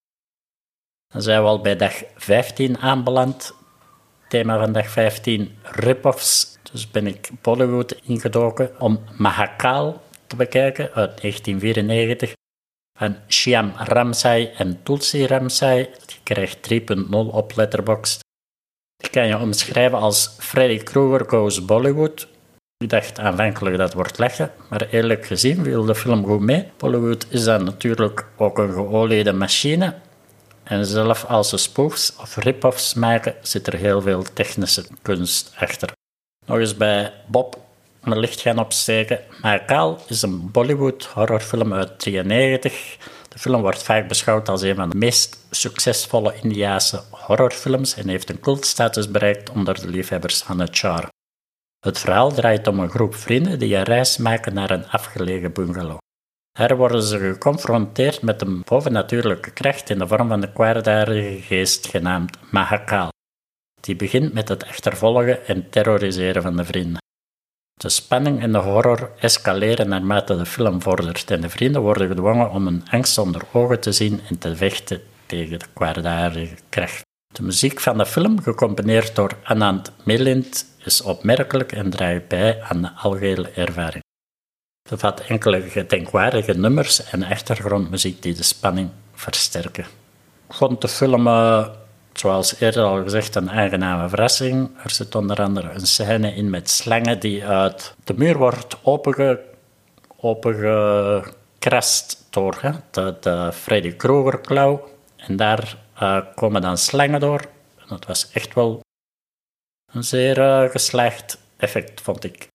Dan zijn we al bij dag vijftien aanbeland. Thema van dag vijftien, rip-offs. Dus ben ik Bollywood ingedoken om Mahakal te bekijken uit negentien vierennegentig van Shyam Ramsay en Tulsi Ramsay. Die krijgt drie komma nul op Letterboxd. Die kan je omschrijven als Freddy Krueger Goes Bollywood. Ik dacht aanvankelijk dat wordt lachen, maar eerlijk gezien viel de film goed mee. Bollywood is dan natuurlijk ook een geoliede machine. En zelf als ze spoofs of rip-offs maken, zit er heel veel technische kunst achter. Nog eens bij Bob mijn licht gaan opsteken. Mahakal is een Bollywood horrorfilm uit negentien drieënnegentig. De film wordt vaak beschouwd als een van de meest succesvolle Indiase horrorfilms en heeft een cultstatus bereikt onder de liefhebbers van het genre. Het verhaal draait om een groep vrienden die een reis maken naar een afgelegen bungalow. Daar worden ze geconfronteerd met een bovennatuurlijke kracht in de vorm van de kwaadaardige geest genaamd Mahakal. Die begint met het achtervolgen en terroriseren van de vrienden. De spanning en de horror escaleren naarmate de film vordert en de vrienden worden gedwongen om hun angst onder ogen te zien en te vechten tegen de kwaadaardige kracht. De muziek van de film, gecomponeerd door Anand Milind, is opmerkelijk en draagt bij aan de algehele ervaring. Het bevat enkele gedenkwaardige nummers en achtergrondmuziek die de spanning versterken. Ik vond de film, uh, zoals eerder al gezegd, een aangename verrassing. Er zit onder andere een scène in met slangen die uit de muur wordt openge, opengekrast door hè, de, de Freddy Krueger klauw. En daar uh, komen dan slangen door. En dat was echt wel een zeer uh, geslaagd effect, vond ik.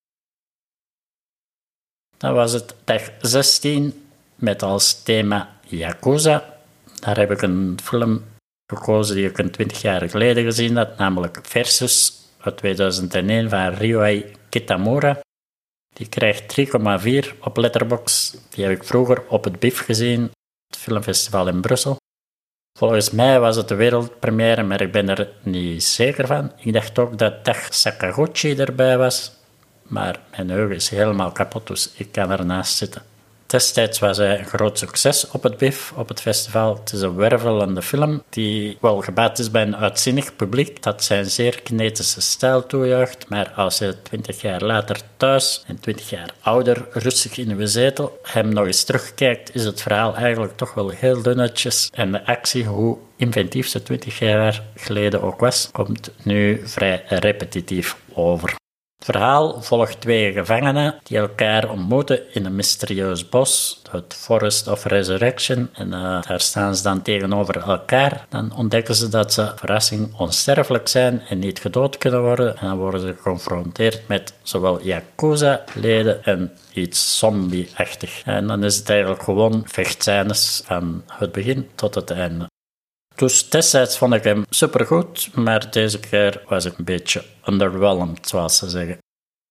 Dan was het dag zestien met als thema Yakuza. Daar heb ik een film gekozen die ik een twintig jaar geleden gezien had, namelijk Versus uit tweeduizend één van Ryuhei Kitamura. Die krijgt drie komma vier op Letterboxd. Die heb ik vroeger op het B I F gezien, het filmfestival in Brussel. Volgens mij was het de wereldpremière, maar ik ben er niet zeker van. Ik dacht ook dat Dag Sakaguchi erbij was, maar mijn geheugen is helemaal kapot, dus ik kan ernaast zitten. Destijds was hij een groot succes op het B I F, op het festival. Het is een wervelende film die wel gebaat is bij een uitzinnig publiek dat zijn zeer kinetische stijl toejuicht, maar als je twintig jaar later thuis en twintig jaar ouder rustig in uw zetel hem nog eens terugkijkt, is het verhaal eigenlijk toch wel heel dunnetjes en de actie, hoe inventief ze twintig jaar geleden ook was, komt nu vrij repetitief over. Het verhaal volgt twee gevangenen die elkaar ontmoeten in een mysterieus bos, het Forest of Resurrection. En uh, daar staan ze dan tegenover elkaar. Dan ontdekken ze dat ze, verrassing, onsterfelijk zijn en niet gedood kunnen worden. En dan worden ze geconfronteerd met zowel Yakuza-leden en iets zombie-achtig. En dan is het eigenlijk gewoon vechtscènes van het begin tot het einde. Dus destijds vond ik hem supergoed, maar deze keer was ik een beetje underwhelmed, zoals ze zeggen.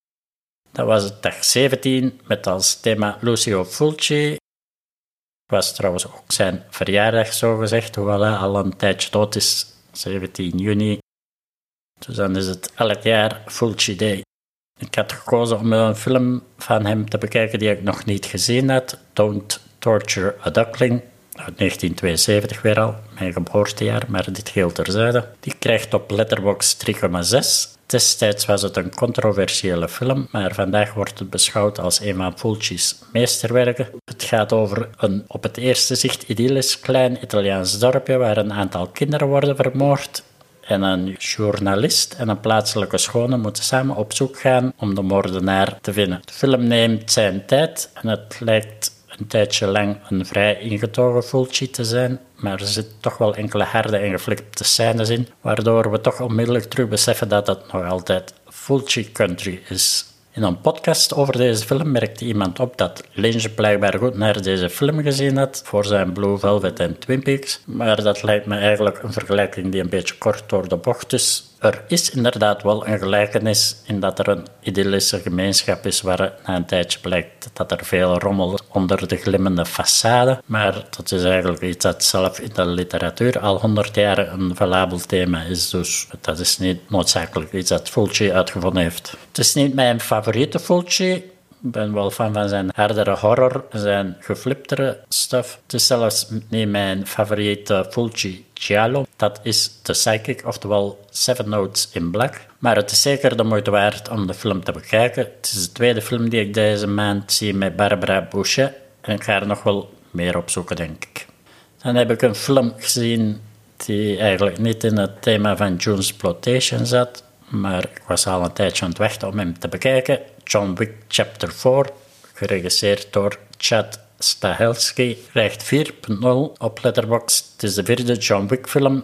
Dat was het dag zeventien met als thema Lucio Fulci. Het was trouwens ook zijn verjaardag, zo gezegd, hoewel hij al een tijdje dood is, zeventien juni. Dus dan is het elk jaar Fulci Day. Ik had gekozen om een film van hem te bekijken die ik nog niet gezien had, Don't Torture a Duckling. Uit negentien tweeënzeventig weer al, mijn geboortejaar, maar dit geheel terzijde. Die krijgt op Letterboxd drie komma zes. Destijds was het een controversiële film, maar vandaag wordt het beschouwd als een van Fulci's meesterwerken. Het gaat over een op het eerste zicht idyllisch klein Italiaans dorpje waar een aantal kinderen worden vermoord. En een journalist en een plaatselijke schone moeten samen op zoek gaan om de moordenaar te vinden. De film neemt zijn tijd en het lijkt een tijdje lang een vrij ingetogen Fulci te zijn, maar er zitten toch wel enkele harde en geflikte scènes in, waardoor we toch onmiddellijk terug beseffen dat het nog altijd Fulci country is. In een podcast over deze film merkte iemand op dat Lynch blijkbaar goed naar deze film gezien had voor zijn Blue Velvet en Twin Peaks, maar dat lijkt me eigenlijk een vergelijking die een beetje kort door de bocht is. Er is inderdaad wel een gelijkenis in dat er een idyllische gemeenschap is waar na een tijdje blijkt dat er veel rommel onder de glimmende façade, maar dat is eigenlijk iets dat zelf in de literatuur al honderd jaar een valabel thema is, dus dat is niet noodzakelijk iets dat Fulci uitgevonden heeft. Het is niet mijn favoriete Fulci. Ik ben wel fan van zijn hardere horror en zijn gefliptere stuff. Het is zelfs niet mijn favoriete Fulci Giallo. Dat is The Psychic, oftewel Seven Notes in Black. Maar het is zeker de moeite waard om de film te bekijken. Het is de tweede film die ik deze maand zie met Barbara Bouchet. En ik ga er nog wel meer op zoeken, denk ik. Dan heb ik een film gezien die eigenlijk niet in het thema van Junesploitation zat. Maar ik was al een tijdje aan het wachten om hem te bekijken. John Wick Chapter vier, geregisseerd door Chad Stahelski, krijgt vier komma nul op Letterboxd. Het is de vierde John Wick film,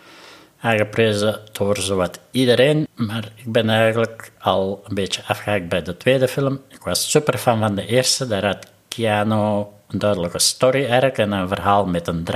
aangeprezen door zowat iedereen, maar ik ben eigenlijk al een beetje afgehaakt bij de tweede film. Ik was super fan van de eerste, daar had Keanu een duidelijke story arc en een verhaal met een drive.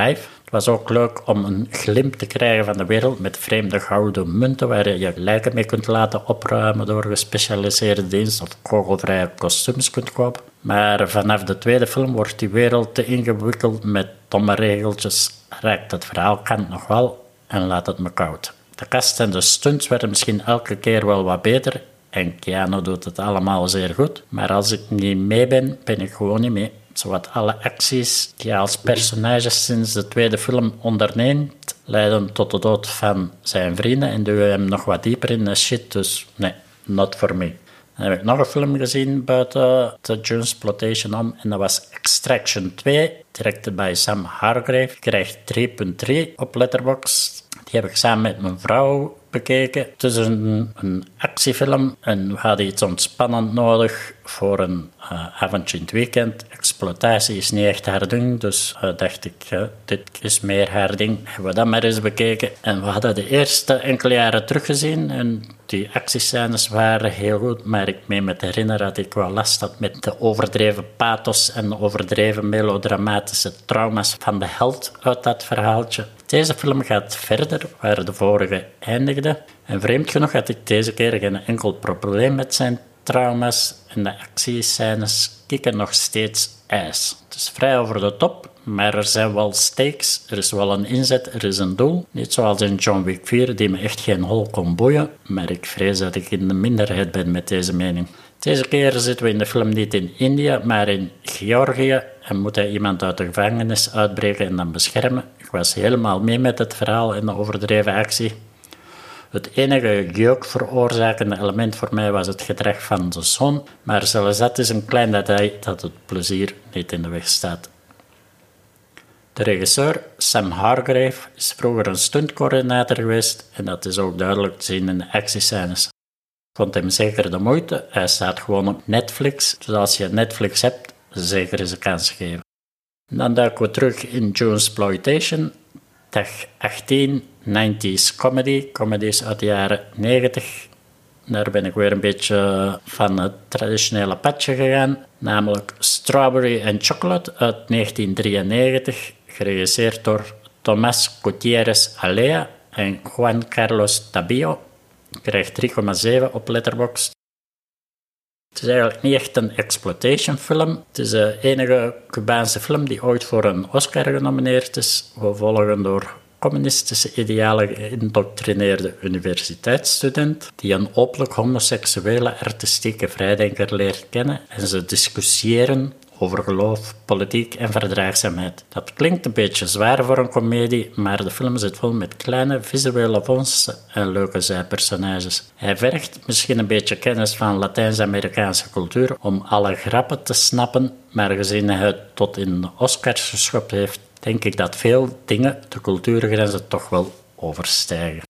Het was ook leuk om een glimp te krijgen van de wereld met vreemde gouden munten waar je lijken mee kunt laten opruimen door gespecialiseerde dienst of kogelvrije kostuums kunt kopen. Maar vanaf de tweede film wordt die wereld te ingewikkeld met domme regeltjes, raakt het verhaalkant nog wel en laat het me koud. De cast en de stunts werden misschien elke keer wel wat beter en Keanu doet het allemaal zeer goed, maar als ik niet mee ben, ben ik gewoon niet mee. Zowat alle acties die hij als personage sinds de tweede film onderneemt, leiden tot de dood van zijn vrienden en duwen hem nog wat dieper in de shit, dus nee, not for me. Dan heb ik nog een film gezien buiten de Junesploitation om en dat was Extraction twee, directed bij Sam Hargrave. Ik krijg drie punt drie op Letterboxd. Die heb ik samen met mijn vrouw bekeken. Het is een, een actiefilm en we hadden iets ontspannend nodig voor een uh, avondje in het weekend. Exploitatie is niet echt haar ding, dus uh, dacht ik, uh, dit is meer haar ding. Hebben we dat maar eens bekeken. En we hadden de eerste enkele jaren teruggezien en die actiescènes waren heel goed, maar ik meen me te herinneren dat ik wel last had met de overdreven pathos en de overdreven melodramatische trauma's van de held uit dat verhaaltje. Deze film gaat verder waar de vorige eindigde. En vreemd genoeg had ik deze keer geen enkel probleem met zijn trauma's en de actiescènes kicken nog steeds ijs. Het is vrij over de top, maar er zijn wel stakes, er is wel een inzet, er is een doel. Niet zoals in John Wick vier, die me echt geen hol kon boeien, maar ik vrees dat ik in de minderheid ben met deze mening. Deze keer zitten we in de film niet in India, maar in Georgië en moet hij iemand uit de gevangenis uitbreken en dan beschermen. Ik was helemaal mee met het verhaal en de overdreven actie. Het enige jeuk veroorzakende element voor mij was het gedrag van de zoon, maar zelfs dat is een klein detail dat het plezier niet in de weg staat. De regisseur, Sam Hargrave, is vroeger een stuntcoördinator geweest en dat is ook duidelijk te zien in de actiescènes. Ik vond hem zeker de moeite, hij staat gewoon op Netflix, dus als je Netflix hebt, zeker eens een kans geven. Dan duiken we terug in Junesploitation, dag achttien, nineties comedy, comedies uit de jaren negentig. Daar ben ik weer een beetje van het traditionele padje gegaan, namelijk Strawberry and Chocolate uit negentien drieënnegentig, geregisseerd door Tomás Gutiérrez Alea en Juan Carlos Tabio. Ik krijg drie komma zeven op Letterboxd. Het is eigenlijk niet echt een exploitation film. Het is de enige Cubaanse film die ooit voor een Oscar genomineerd is, gevolgd door communistische idealen geïndoctrineerde universiteitsstudent die een openlijk homoseksuele artistieke vrijdenker leert kennen en ze discussiëren over geloof, politiek en verdraagzaamheid. Dat klinkt een beetje zwaar voor een komedie, maar de film zit vol met kleine visuele vondsten en leuke zijpersonages. Hij vergt misschien een beetje kennis van Latijns-Amerikaanse cultuur om alle grappen te snappen, maar gezien hij het tot in de Oscars geschopt heeft, denk ik dat veel dingen de cultuurgrenzen toch wel overstijgen.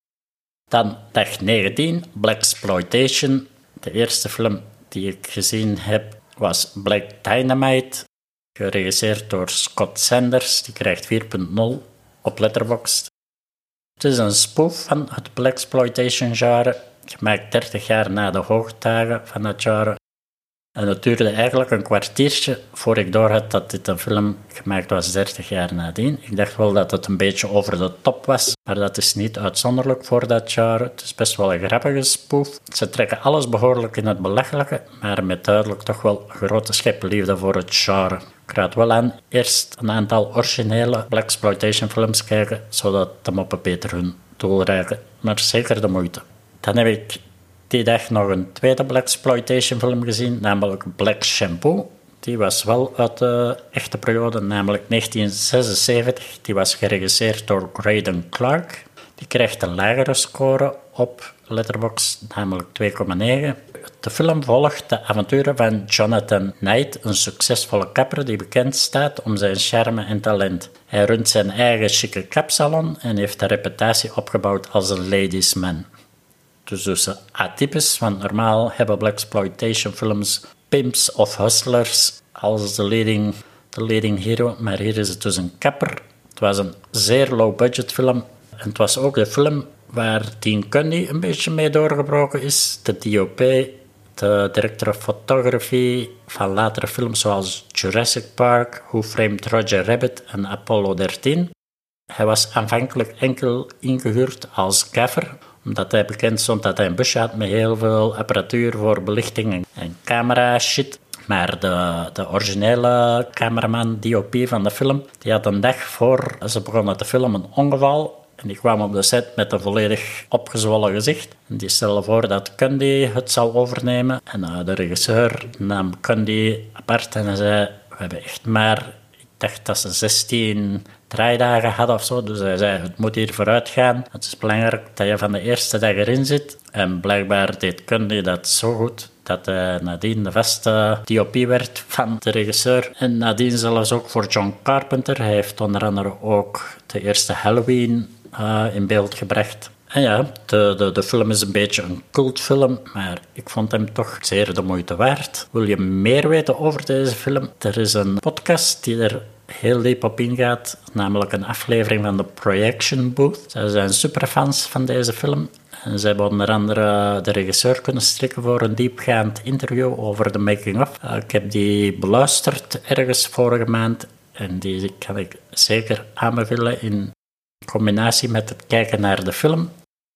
Dan dag negentien, Blaxploitation. De eerste film die ik gezien heb was Black Dynamite, geregisseerd door Scott Sanders. Die krijgt vier punt nul op Letterboxd. Het is een spoof van het Blaxploitation genre, gemaakt dertig jaar na de hoogdagen van het genre. En het duurde eigenlijk een kwartiertje voor ik doorhad dat dit een film gemaakt was dertig jaar nadien. Ik dacht wel dat het een beetje over de top was, maar dat is niet uitzonderlijk voor dat genre. Het is best wel een grappige spoof. Ze trekken alles behoorlijk in het belachelijke, maar met duidelijk toch wel een grote scheppenliefde voor het genre. Ik raad wel aan eerst een aantal originele blaxploitation films kijken, zodat de moppen beter hun doel reiken. Maar zeker de moeite. Dan heb ik die dag nog een tweede blaxploitation film gezien, namelijk Black Shampoo. Die was wel uit de echte periode, namelijk negentien zesenzeventig. Die was geregisseerd door Graydon Clark. Die krijgt een lagere score op Letterboxd, namelijk twee komma negen. De film volgt de avonturen van Jonathan Knight, een succesvolle kapper die bekend staat om zijn charme en talent. Hij runt zijn eigen chique kapsalon en heeft een reputatie opgebouwd als een ladies man. Dus, dus atypisch, want normaal hebben blaxploitation films pimps of hustlers als de leading, de leading hero, maar hier is het dus een kapper. Het was een zeer low-budget film en het was ook de film waar Dean Cundy een beetje mee doorgebroken is. De D O P, de director of photography van latere films zoals Jurassic Park, Who Framed Roger Rabbit en Apollo dertien. Hij was aanvankelijk enkel ingehuurd als gaffer, omdat hij bekend stond dat hij een busje had met heel veel apparatuur voor belichting en, en camera shit. Maar de, de originele cameraman, D O P van de film, die had een dag voor ze begonnen te filmen een ongeval. En die kwam op de set met een volledig opgezwollen gezicht. En die stelde voor dat Cundy het zou overnemen. En uh, de regisseur nam Cundy apart en hij zei, we hebben echt maar, ik dacht dat ze zestien draaidagen hadden of zo. Dus hij zei, het moet hier vooruit gaan. Het is belangrijk dat je van de eerste dag erin zit. En blijkbaar deed Cundy dat zo goed dat hij nadien de vaste D O P werd van de regisseur. En nadien zelfs ook voor John Carpenter. Hij heeft onder andere ook de eerste Halloween uh, in beeld gebracht. En ja, de, de, de film is een beetje een cultfilm, maar ik vond hem toch zeer de moeite waard. Wil je meer weten over deze film? Er is een podcast die er heel diep op ingaat, namelijk een aflevering van de Projection Booth. Zij zijn superfans van deze film. En ze hebben onder andere de regisseur kunnen strikken voor een diepgaand interview over de making-of. Uh, ik heb die beluisterd ergens vorige maand en die kan ik zeker aanbevelen in combinatie met het kijken naar de film.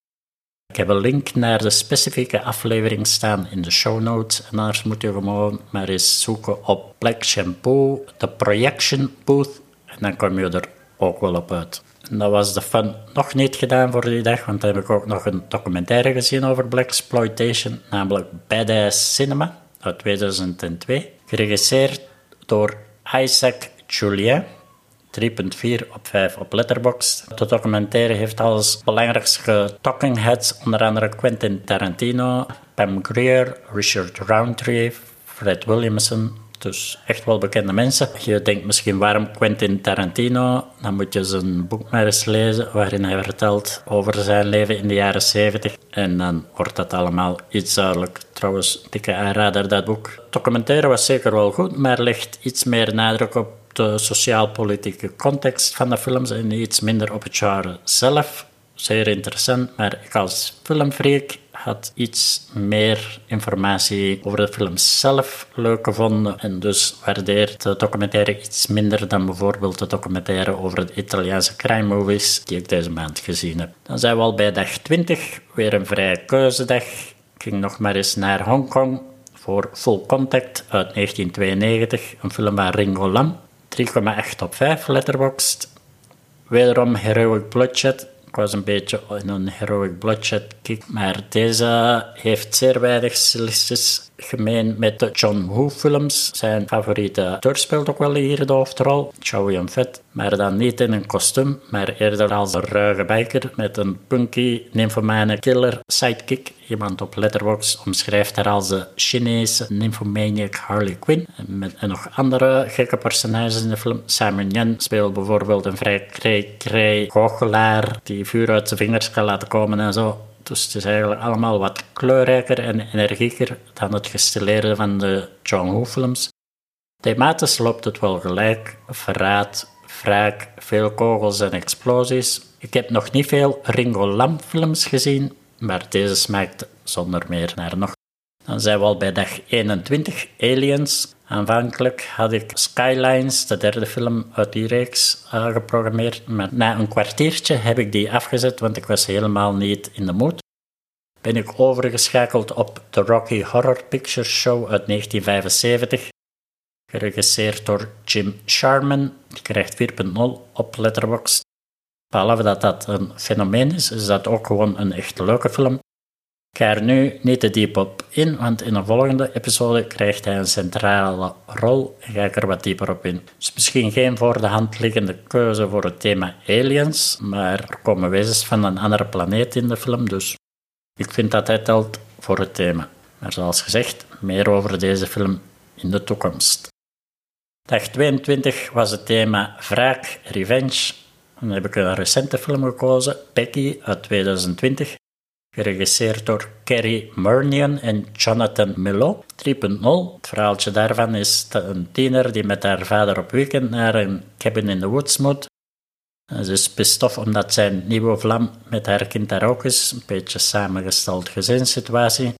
Ik heb een link naar de specifieke aflevering staan in de show notes. En anders moet je gewoon maar eens zoeken op Black Shampoo, de Projection Booth. En dan kom je er ook wel op uit. En dat was de fun nog niet gedaan voor die dag, want dan heb ik ook nog een documentaire gezien over Blaxploitation, namelijk Badass Cinema uit tweeduizend twee. Geregisseerd door Isaac Julien. drie komma vier op vijf op Letterboxd. De documentaire heeft als belangrijkste talking heads onder andere Quentin Tarantino, Pam Grier, Richard Roundtree, Fred Williamson. Dus echt wel bekende mensen. Je denkt misschien waarom Quentin Tarantino? Dan moet je zijn boek maar eens lezen waarin hij vertelt over zijn leven in de jaren zeventig. En dan wordt dat allemaal iets duidelijk. Trouwens, dikke aanrader dat boek. Het documentaire was zeker wel goed, maar legt iets meer nadruk op de sociaal-politieke context van de films en iets minder op het genre zelf. Zeer interessant, maar ik als filmfreak had iets meer informatie over de film zelf leuk gevonden en dus waardeert de documentaire iets minder dan bijvoorbeeld de documentaire over de Italiaanse crime movies die ik deze maand gezien heb. Dan zijn we al bij dag twintig, weer een vrije keuzedag. Ik ging nog maar eens naar Hongkong voor Full Contact uit negentien tweeënnegentig, een film van Ringo Lam. drie komma acht op vijf Letterboxd. Wederom Heroic Bloodshed. Ik was een beetje in een Heroic Bloodshed kick, maar deze heeft zeer weinig stilistisch gemeen met de John Woo films. Zijn favoriete acteur speelt ook wel hier de hoofdrol, Chow Yun-fat, maar dan niet in een kostuum, maar eerder als een ruige biker met een punky, nymphomane killer sidekick. Iemand op Letterboxd omschrijft haar als de Chinese nymphomaniac Harley Quinn. En, met, en nog andere gekke personages in de film. Simon Yen speelt bijvoorbeeld een vrij kree-kree goochelaar die vuur uit zijn vingers kan laten komen en zo. Dus het is eigenlijk allemaal wat kleurrijker en energieker dan het gestileerde van de John Woo films. Thematisch loopt het wel gelijk. Verraad, wraak, veel kogels en explosies. Ik heb nog niet veel Ringo Lam films gezien, maar deze smaakt zonder meer naar nog. Dan zijn we al bij dag eenentwintig, Aliens. Aanvankelijk had ik Skylines, de derde film uit die reeks, uh, geprogrammeerd. Maar na een kwartiertje heb ik die afgezet, want ik was helemaal niet in de mood. Ben ik overgeschakeld op The Rocky Horror Picture Show uit negentien vijfenzeventig. Geregisseerd door Jim Sharman. Die krijgt vier komma nul op Letterboxd. Behalve dat dat een fenomeen is, is dat ook gewoon een echt leuke film. Ik ga er nu niet te diep op in, want in een volgende episode krijgt hij een centrale rol en ga ik er wat dieper op in. Dus misschien geen voor de hand liggende keuze voor het thema aliens, maar er komen wezens van een andere planeet in de film, dus ik vind dat hij telt voor het thema. Maar zoals gezegd, meer over deze film in de toekomst. Dag tweeëntwintig was het thema wraak, revenge. Dan heb ik een recente film gekozen, Becky uit tweeduizend twintig. Geregisseerd door Kerry Murnion en Jonathan Milo. drie komma nul. Het verhaaltje daarvan is een tiener die met haar vader op weekend naar een cabin in the woods moet. Ze is pissed off omdat zijn nieuwe vlam met haar kind daar ook is. Een beetje samengesteld gezinssituatie.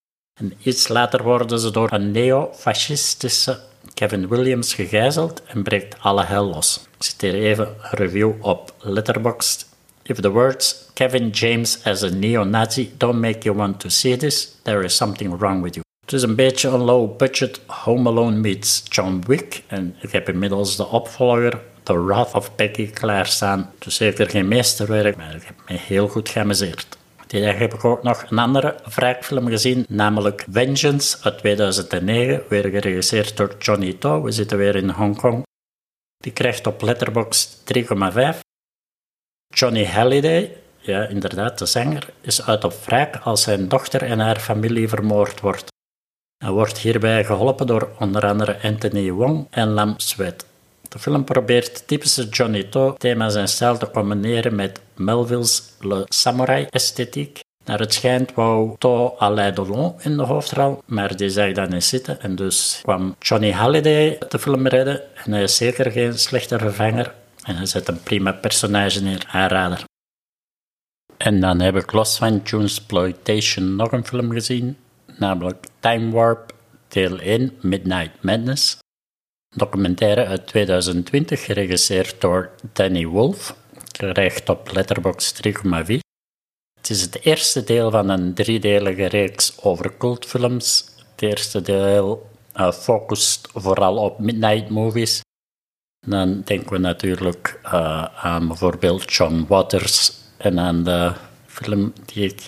En iets later worden ze door een neo-fascistische Kevin Williams gegijzeld en breekt alle hel los. Ik citeer even een review op Letterboxd. If the words Kevin James as a neo-Nazi don't make you want to see this, there is something wrong with you. Het is een beetje een low-budget Home Alone meets John Wick. En ik heb inmiddels de opvolger, The Wrath of Peggy, klaarstaan. Dus zeker geen meesterwerk, maar ik heb me heel goed geamuseerd. Die dag heb ik ook nog een andere wraakfilm gezien, namelijk Vengeance uit tweeduizend negen, weer geregisseerd door Johnny To. We zitten weer in Hongkong. Die krijgt op Letterboxd drie komma vijf. Johnny Halliday, ja inderdaad de zanger, is uit op wraak als zijn dochter en haar familie vermoord wordt. Hij wordt hierbij geholpen door onder andere Anthony Wong en Lam Swett. De film probeert typische Johnny To thema's en stijl te combineren met Melville's Le Samurai-esthetiek. Naar het schijnt wou To Alain Delon in de hoofdrol, maar die zag dat niet zitten en dus kwam Johnny Halliday de film redden en hij is zeker geen slechte vervanger en hij zet een prima personage neer, aanrader. En dan heb ik los van Junesploitation nog een film gezien, namelijk Time Warp, deel één, Midnight Madness. Een documentaire uit tweeduizend twintig, geregisseerd door Danny Wolf, krijgt op Letterboxd drie komma vier. Het is het eerste deel van een driedelige reeks over cultfilms. Het eerste deel uh, focust vooral op midnight movies. Dan denken we natuurlijk uh, aan bijvoorbeeld John Waters en aan de film die ik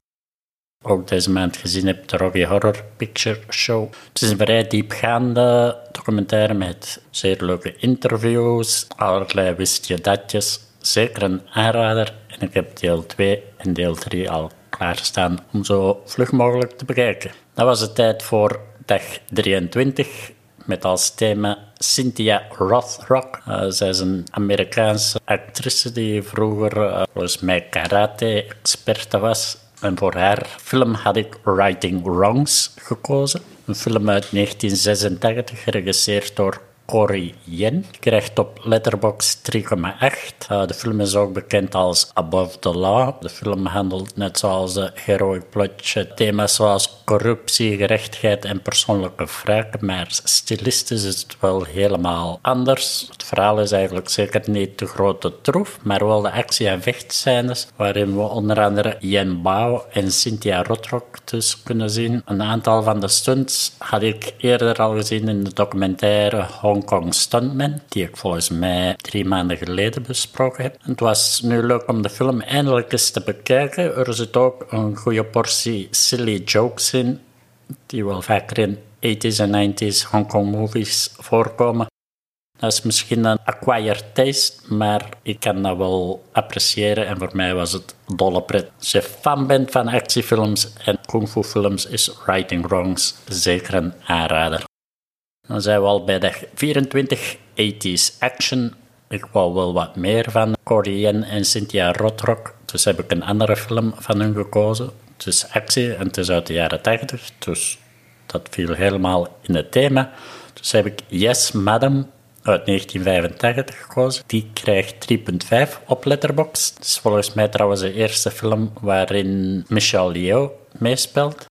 ook deze maand gezien heb, de Rocky Horror Picture Show. Het is een vrij diepgaande documentaire met zeer leuke interviews, allerlei wist je datjes. Zeker een aanrader en ik heb deel twee en deel drie al klaarstaan om zo vlug mogelijk te bekijken. Dat was het tijd voor dag drieëntwintig met als thema Cynthia Rothrock. Uh, zij is een Amerikaanse actrice die vroeger uh, volgens mij karate-experte was. En voor haar film had ik Righting Wrongs gekozen. Een film uit negentien zesentachtig, geregisseerd door Corey Yen. Krijgt op Letterboxd drie komma acht. Uh, de film is ook bekend als Above the Law. De film handelt net zoals de heroic plotje thema's zoals corruptie, gerechtigheid en persoonlijke wraak, maar stilistisch is het wel helemaal anders. Het verhaal is eigenlijk zeker niet de grote troef, maar wel de actie- en vechtscènes, waarin we onder andere Yen Bao en Cynthia Rothrock dus kunnen zien. Een aantal van de stunts had ik eerder al gezien in de documentaire Hong Kong Stuntman, die ik volgens mij drie maanden geleden besproken heb. Het was nu leuk om de film eindelijk eens te bekijken. Er zit ook een goede portie silly jokes in, die wel vaker in eighties en nineties Hong Kong movies voorkomen. Dat is misschien een acquired taste, maar ik kan dat wel appreciëren en voor mij was het dolle pret. Als je fan bent van actiefilms en kung fu films is Righting Wrongs zeker een aanrader. Dan zijn we al bij dag vierentwintig, eighties action. Ik wou wel wat meer van Corey Yen en Cynthia Rothrock, dus heb ik een andere film van hun gekozen. Het is actie en het is uit de jaren tachtig, dus dat viel helemaal in het thema. Dus heb ik Yes Madam uit negentien vijfentachtig gekozen. Die krijgt drie komma vijf op Letterboxd. Het is volgens mij trouwens de eerste film waarin Michelle Yeoh meespeelt.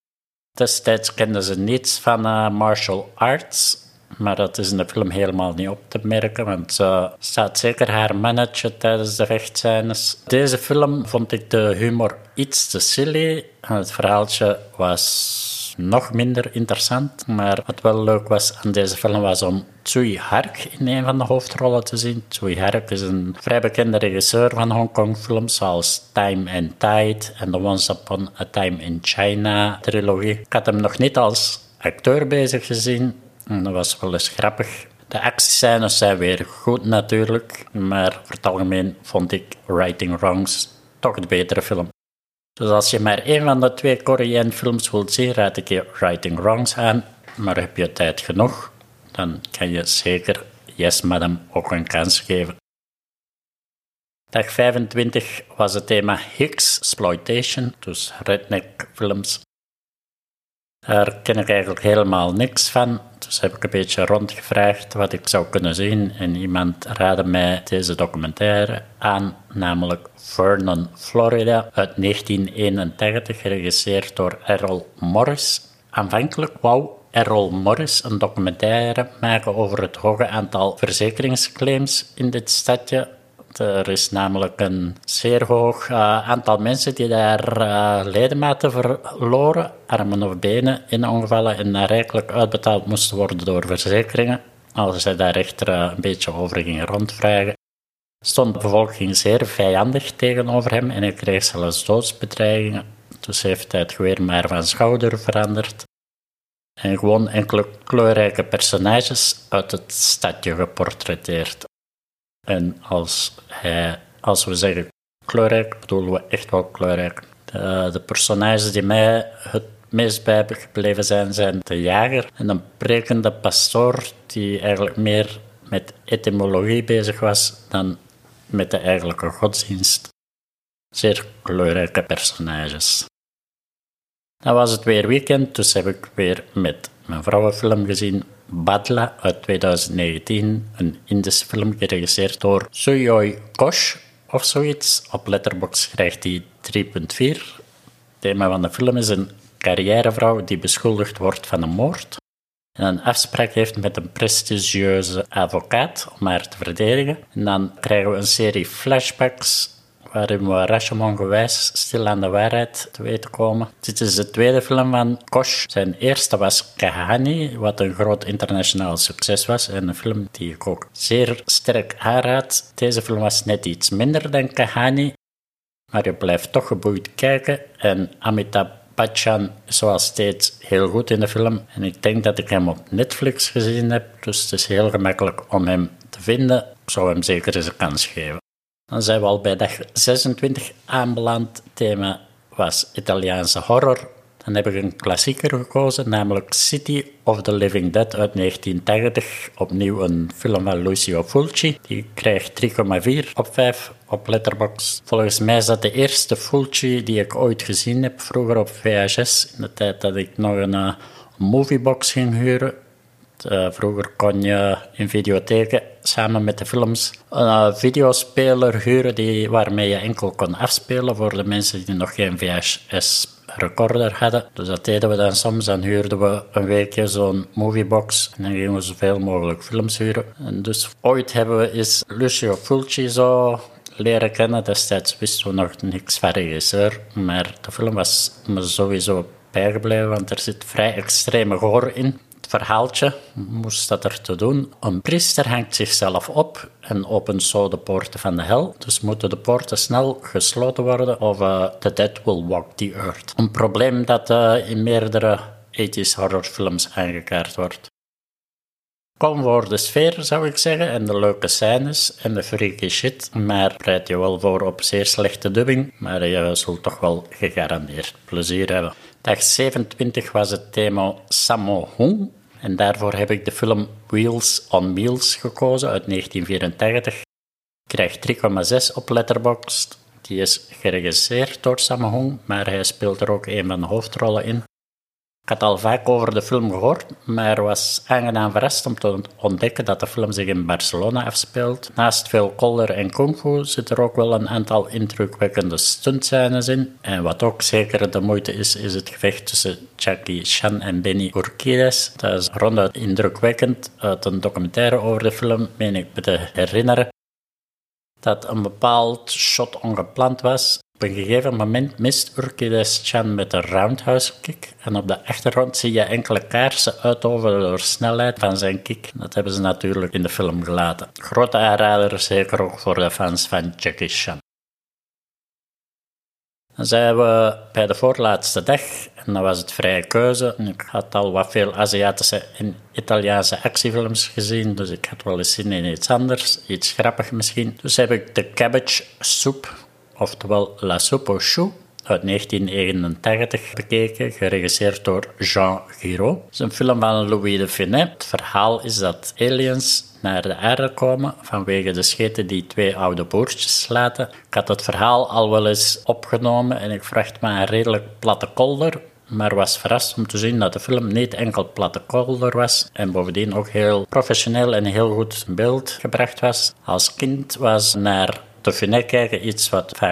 Destijds kenden ze niets van uh, martial arts, maar dat is in de film helemaal niet op te merken, want ze staat zeker haar mannetje tijdens de vechtscènes. Deze film vond ik de humor iets te silly en het verhaaltje was nog minder interessant, maar wat wel leuk was aan deze film was om Tsui Hark in een van de hoofdrollen te zien. Tsui Hark is een vrij bekende regisseur van Hongkong films zoals Time and Tide en The Once Upon a Time in China trilogie. Ik had hem nog niet als acteur bezig gezien en dat was wel eens grappig. De actiescènes zijn weer goed natuurlijk, maar voor het algemeen vond ik Righting Wrongs toch de betere film. Dus als je maar één van de twee Koreaanse films wilt zien, raad ik je Righting Wrongs aan. Maar heb je tijd genoeg, dan kan je zeker Yes Madam ook een kans geven. Dag vijfentwintig was het thema Hicksploitation, dus redneck films. Daar ken ik eigenlijk helemaal niks van, dus heb ik een beetje rondgevraagd wat ik zou kunnen zien. En iemand raadde mij deze documentaire aan, namelijk Vernon, Florida, uit negentien eenentachtig, geregisseerd door Errol Morris. Aanvankelijk wou Errol Morris een documentaire maken over het hoge aantal verzekeringsclaims in dit stadje. Er is namelijk een zeer hoog uh, aantal mensen die daar uh, ledematen verloren, armen of benen in ongevallen en daar rijkelijk uitbetaald moesten worden door verzekeringen. Als zij daar echter uh, een beetje over gingen rondvragen, stond de bevolking zeer vijandig tegenover hem en hij kreeg zelfs doodsbedreigingen. Dus heeft hij het geweer maar van schouder veranderd en gewoon enkele kleurrijke personages uit het stadje geportretteerd. En als, hij, als we zeggen kleurrijk, bedoelen we echt wel kleurrijk. De, de personages die mij het meest bijgebleven zijn, zijn de jager en een prekende pastoor die eigenlijk meer met etymologie bezig was dan met de eigenlijke godsdienst. Zeer kleurrijke personages. Dan was het weer weekend, dus heb ik weer met mijn vrouw een film gezien. Badla uit twintig negentien, een Indische film geregisseerd door Sujoi Ghosh of zoiets. Op Letterboxd krijgt hij drie komma vier. Het thema van de film is een carrièrevrouw die beschuldigd wordt van een moord en een afspraak heeft met een prestigieuze advocaat om haar te verdedigen. En dan krijgen we een serie flashbacks waarin we rationeelgewijs stil aan de waarheid te weten komen. Dit is de tweede film van Ghosh. Zijn eerste was Kahani, wat een groot internationaal succes was en een film die ik ook zeer sterk aanraad. Deze film was net iets minder dan Kahani, maar je blijft toch geboeid kijken en Amitabh Bachchan is zoals steeds heel goed in de film en ik denk dat ik hem op Netflix gezien heb, dus het is heel gemakkelijk om hem te vinden. Ik zou hem zeker eens een kans geven. Dan zijn we al bij dag zesentwintig aanbeland. Het thema was Italiaanse horror. Dan heb ik een klassieker gekozen, namelijk City of the Living Dead uit negentien tachtig. Opnieuw een film van Lucio Fulci. Die krijgt drie komma vier op vijf op Letterboxd. Volgens mij is dat de eerste Fulci die ik ooit gezien heb, vroeger op V H S. In de tijd dat ik nog een uh, moviebox ging huren. Uh, vroeger kon je in videotheken samen met de films een uh, videospeler huren die, waarmee je enkel kon afspelen voor de mensen die nog geen V H S-recorder hadden. Dus dat deden we dan soms. Dan huurden we een weekje zo'n moviebox en dan gingen we zoveel mogelijk films huren. En dus ooit hebben we eens Lucio Fulci zo leren kennen. Destijds wisten we nog niks van regisseur, maar de film was me sowieso bijgebleven, want er zit vrij extreme gore in. Het verhaaltje moest dat er te doen. Een priester hangt zichzelf op en opent zo de poorten van de hel. Dus moeten de poorten snel gesloten worden of uh, the dead will walk the earth. Een probleem dat uh, in meerdere tachtig horrorfilms aangekaart wordt. Kom voor de sfeer, zou ik zeggen, en de leuke scènes en de freaky shit. Maar bereid je wel voor op zeer slechte dubbing, maar je zult toch wel gegarandeerd plezier hebben. Dag zevenentwintig was het thema Sammo Hung. En daarvoor heb ik de film Wheels on Meals gekozen uit negentien vierentachtig. Krijgt drie komma zes op Letterboxd. Die is geregisseerd door Sammo Hung, maar hij speelt er ook een van de hoofdrollen in. Ik had al vaak over de film gehoord, maar was aangenaam verrast om te ontdekken dat de film zich in Barcelona afspeelt. Naast veel kolder en kung fu zit er ook wel een aantal indrukwekkende stuntscènes in. En wat ook zeker de moeite is, is het gevecht tussen Jackie Chan en Benny Urquidez. Dat is ronduit indrukwekkend. Uit een documentaire over de film meen ik me te herinneren dat een bepaald shot ongepland was. Op een gegeven moment mist Urquidez Chan met een roundhouse kick en op de achtergrond zie je enkele kaarsen uitoveren door snelheid van zijn kick. Dat hebben ze natuurlijk in de film gelaten. Grote aanrader, zeker ook voor de fans van Jackie Chan. Dan zijn we bij de voorlaatste dag en dat was het vrije keuze. Ik had al wat veel Aziatische en Italiaanse actiefilms gezien, dus ik had wel eens zin in iets anders, iets grappig misschien. Dus heb ik The Cabbage Soup, oftewel La Soupe aux Choux, uit negentien negenentachtig bekeken, geregisseerd door Jean Giraud. Het is een film van Louis de Funès. Het verhaal is dat aliens naar de aarde komen vanwege de scheten die twee oude broertjes laten. Ik had het verhaal al wel eens opgenomen en ik verwacht me een redelijk platte kolder, maar was verrast om te zien dat de film niet enkel platte kolder was en bovendien ook heel professioneel en heel goed in beeld gebracht was. Als kind was naar de Funès kijken iets wat vaak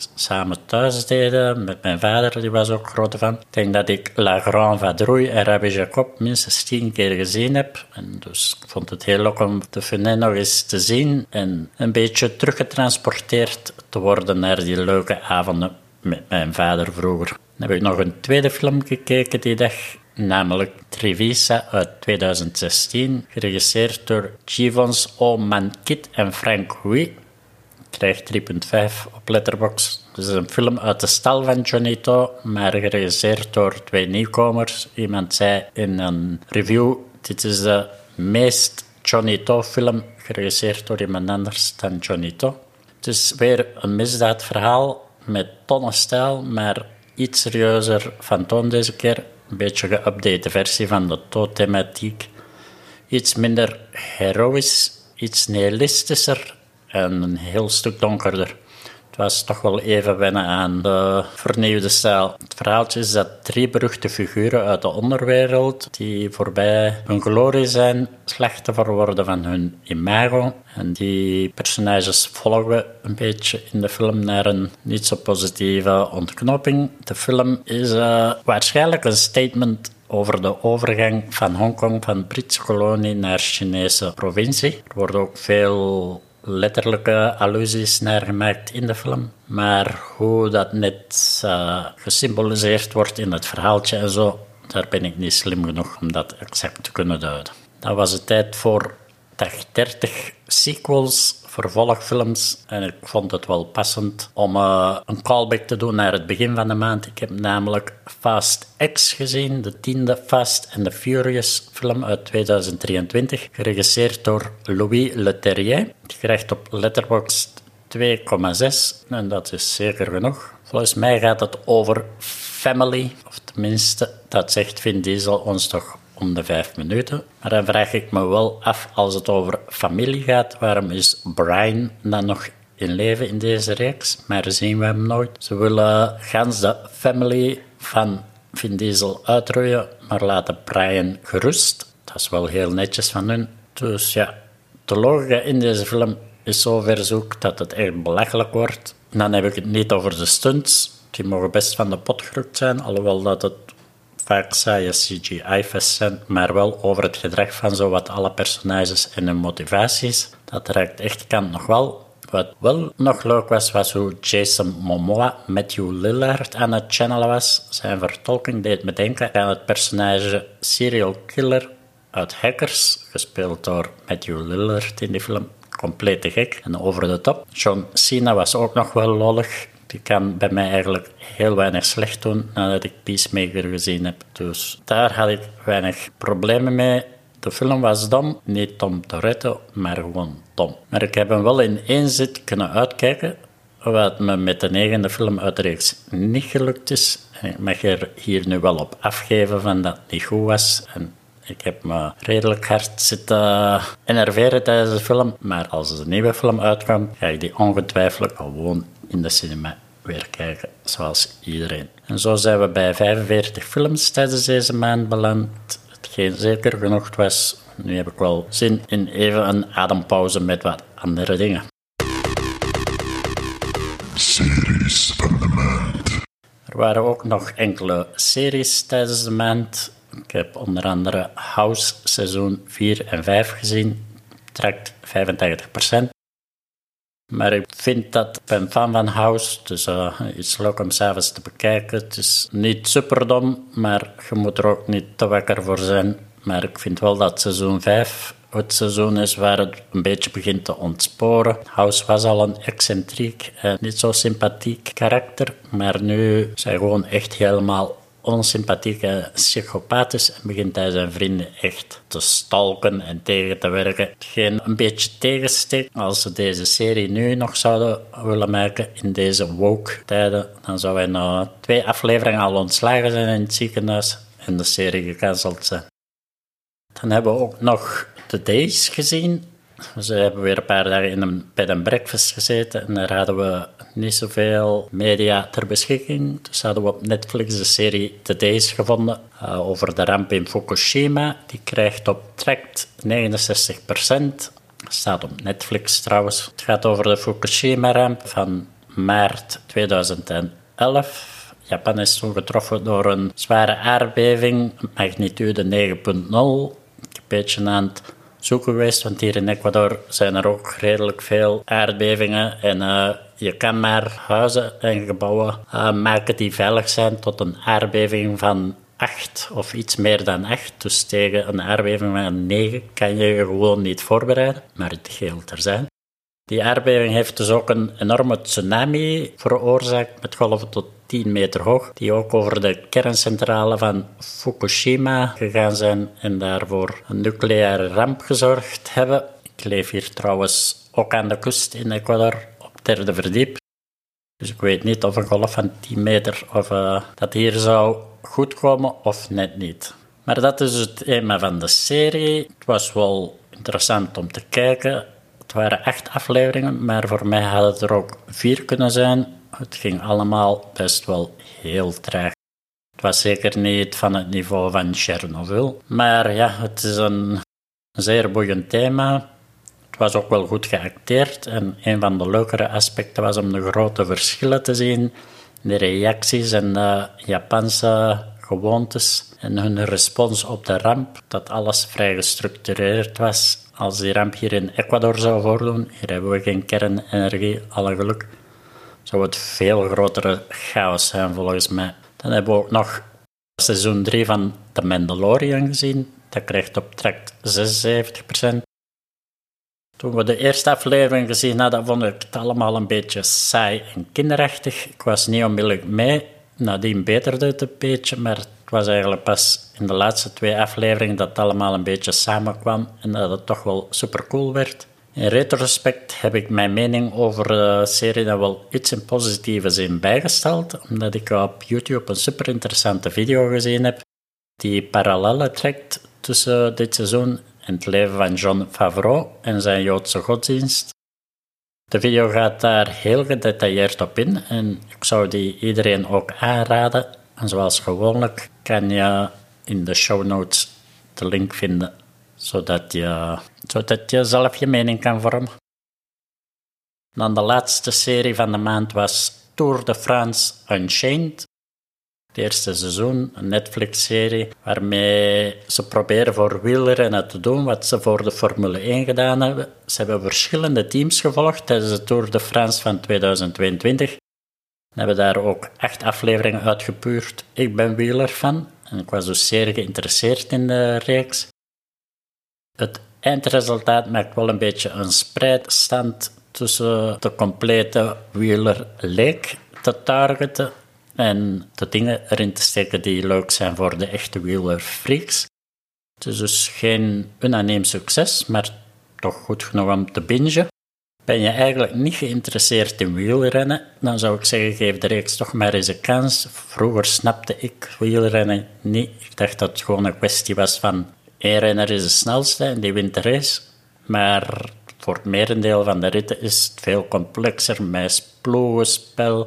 samen thuis deden met mijn vader, die was ook grote fan. Ik denk dat ik La Grande Vadrouille en Rabbi Jacob minstens tien keer gezien heb. En dus ik vond het heel leuk om de Funet nog eens te zien en een beetje teruggetransporteerd te worden naar die leuke avonden met mijn vader vroeger. Dan heb ik nog een tweede film gekeken die dag, namelijk Trivisa uit twintig zestien, geregisseerd door Gibbons O'Mankit en Frank Hui. Krijgt drie komma vijf op Letterboxd. Het is een film uit de stal van Johnny To, maar geregisseerd door twee nieuwkomers. Iemand zei in een review, dit is de meest Johnny To film, geregisseerd door iemand anders dan Johnny To. Het is weer een misdaadverhaal met tonnenstijl, maar iets serieuzer van toon deze keer. Een beetje geüpdate versie van de To-thematiek. Iets minder heroïs, iets nihilistischer en een heel stuk donkerder. Het was toch wel even wennen aan de vernieuwde stijl. Het verhaaltje is dat drie beruchte figuren uit de onderwereld, die voorbij hun glorie zijn, slachtoffer worden van hun imago. En die personages volgen een beetje in de film naar een niet zo positieve ontknoping. De film is uh, waarschijnlijk een statement over de overgang van Hongkong van Britse kolonie naar Chinese provincie. Er worden ook veel letterlijke allusies naar gemaakt in de film. Maar hoe dat net uh, gesymboliseerd wordt in het verhaaltje en zo, daar ben ik niet slim genoeg om dat exact te kunnen duiden. Dan was het tijd voor dag dertig sequels, vervolgfilms. En ik vond het wel passend om uh, een callback te doen naar het begin van de maand. Ik heb namelijk Fast X gezien, de tiende Fast and the Furious film uit twintig drieëntwintig, geregisseerd door Louis Leterrier. Die krijgt op Letterboxd twee komma zes en dat is zeker genoeg. Volgens mij gaat het over family, of tenminste, dat zegt Vin Diesel ons toch om de vijf minuten. Maar dan vraag ik me wel af, als het over familie gaat, waarom is Brian dan nog in leven in deze reeks? Maar zien we hem nooit. Ze willen gans de family van Vin Diesel uitroeien, maar laten Brian gerust. Dat is wel heel netjes van hun. Dus ja, de logica in deze film is zo verzoek dat het echt belachelijk wordt. Dan heb ik het niet over de stunts. Die mogen best van de pot gerukt zijn, alhoewel dat het vaak saaie C G I-fests zijn, maar wel over het gedrag van zowat alle personages en hun motivaties. Dat raakt echt kant nog wel. Wat wel nog leuk was, was hoe Jason Momoa Matthew Lillard aan het channelen was. Zijn vertolking deed me denken aan het personage serial killer uit Hackers, gespeeld door Matthew Lillard in die film. Compleet te gek en over de top. John Cena was ook nog wel lollig. Die kan bij mij eigenlijk heel weinig slecht doen nadat ik Peacemaker gezien heb. Dus daar had ik weinig problemen mee. De film was dom, niet Tom Toretto, maar gewoon dom. Maar ik heb hem wel in één zit kunnen uitkijken, wat me met de negende film uit de reeks niet gelukt is. En ik mag er hier nu wel op afgeven van dat het niet goed was. En ik heb me redelijk hard zitten enerveren tijdens de film. Maar als de nieuwe film uitkomt, ga ik die ongetwijfeld gewoon in de cinema weer kijken, zoals iedereen. En zo zijn we bij vijfenveertig films tijdens deze maand beland. Hetgeen zeker genoeg was. Nu heb ik wel zin in even een adempauze met wat andere dingen. Series van de maand. Er waren ook nog enkele series tijdens de maand. Ik heb onder andere House seizoen vier en vijf gezien. Trekt vijfentachtig procent. Maar ik vind dat, ik ben fan van House, dus uh, iets leuk om s'avonds te bekijken. Het is niet superdom, maar je moet er ook niet te wakker voor zijn. Maar ik vind wel dat seizoen vijf het seizoen is waar het een beetje begint te ontsporen. House was al een excentriek en niet zo sympathiek karakter, maar nu zijn gewoon echt helemaal onsympathieke psychopathisch en begint hij zijn vrienden echt te stalken en tegen te werken. Geen een beetje tegensteek. Als ze deze serie nu nog zouden willen maken in deze woke tijden, dan zou hij na twee afleveringen al ontslagen zijn in het ziekenhuis en de serie gecanceld zijn. Dan hebben we ook nog The Days gezien. Ze hebben weer een paar dagen in een bed and breakfast gezeten en daar hadden we niet zoveel media ter beschikking. Dus hadden we op Netflix de serie The Days gevonden uh, over de ramp in Fukushima. Die krijgt op Tract negenenzestig procent. Staat op Netflix trouwens. Het gaat over de Fukushima-ramp van maart tweeduizend elf. Japan is toen getroffen door een zware aardbeving, magnitude negen punt nul. Ik ben een beetje aan het zoeken geweest, want hier in Ecuador zijn er ook redelijk veel aardbevingen. En uh, je kan maar huizen en gebouwen uh, maken die veilig zijn tot een aardbeving van acht of iets meer dan acht. Dus tegen een aardbeving van negen kan je je gewoon niet voorbereiden, maar het geheel ter zijn. Die aardbeving heeft dus ook een enorme tsunami veroorzaakt met golven tot tien meter hoog, die ook over de kerncentrale van Fukushima gegaan zijn en daarvoor een nucleaire ramp gezorgd hebben. Ik leef hier trouwens ook aan de kust in Ecuador, op het derde verdiep. Dus ik weet niet of een golf van tien meter of uh, dat hier zou goed komen of net niet. Maar dat is het thema van de serie. Het was wel interessant om te kijken. Het waren acht afleveringen, maar voor mij had het er ook vier kunnen zijn. Het ging allemaal best wel heel traag. Het was zeker niet van het niveau van Chernobyl. Maar ja, het is een zeer boeiend thema. Het was ook wel goed geacteerd. En een van de leukere aspecten was om de grote verschillen te zien. De reacties en de Japanse gewoontes en hun respons op de ramp. Dat alles vrij gestructureerd was. Als die ramp hier in Ecuador zou voordoen, hier hebben we geen kernenergie, alle geluk, zou het veel grotere chaos zijn volgens mij. Dan hebben we ook nog seizoen drie van The Mandalorian gezien. Dat krijgt op track zesenzeventig procent. Toen we de eerste aflevering gezien hadden, vond ik het allemaal een beetje saai en kinderachtig. Ik was niet onmiddellijk mee. Nadien beterde het een beetje, maar het was eigenlijk pas in de laatste twee afleveringen dat het allemaal een beetje samenkwam en dat het toch wel supercool werd. In retrospect heb ik mijn mening over de serie dan wel iets in positieve zin bijgesteld, omdat ik op YouTube een super interessante video gezien heb die parallellen trekt tussen dit seizoen en het leven van Jon Favreau en zijn Joodse godsdienst. De video gaat daar heel gedetailleerd op in en ik zou die iedereen ook aanraden. En zoals gewoonlijk kan je in de show notes de link vinden, zodat je, zodat je zelf je mening kan vormen. Dan de laatste serie van de maand was Tour de France Unchained. Het eerste seizoen, een Netflix-serie, waarmee ze proberen voor wielrennen te doen wat ze voor de Formule één gedaan hebben. Ze hebben verschillende teams gevolgd tijdens de Tour de France van tweeduizend tweeëntwintig. We hebben daar ook acht afleveringen uitgepuurd. Ik ben wielerfan en ik was dus zeer geïnteresseerd in de reeks. Het eindresultaat maakt wel een beetje een spreidstand tussen de complete wielerleek te targeten en de dingen erin te steken die leuk zijn voor de echte wielerfreaks. Het is dus geen unaniem succes, maar toch goed genoeg om te bingen. Ben je eigenlijk niet geïnteresseerd in wielrennen, dan zou ik zeggen, geef de reeks toch maar eens een kans. Vroeger snapte ik wielrennen niet. Ik dacht dat het gewoon een kwestie was van één renner is de snelste en die wint de race. Maar voor het merendeel van de ritten is het veel complexer met ploegenspel,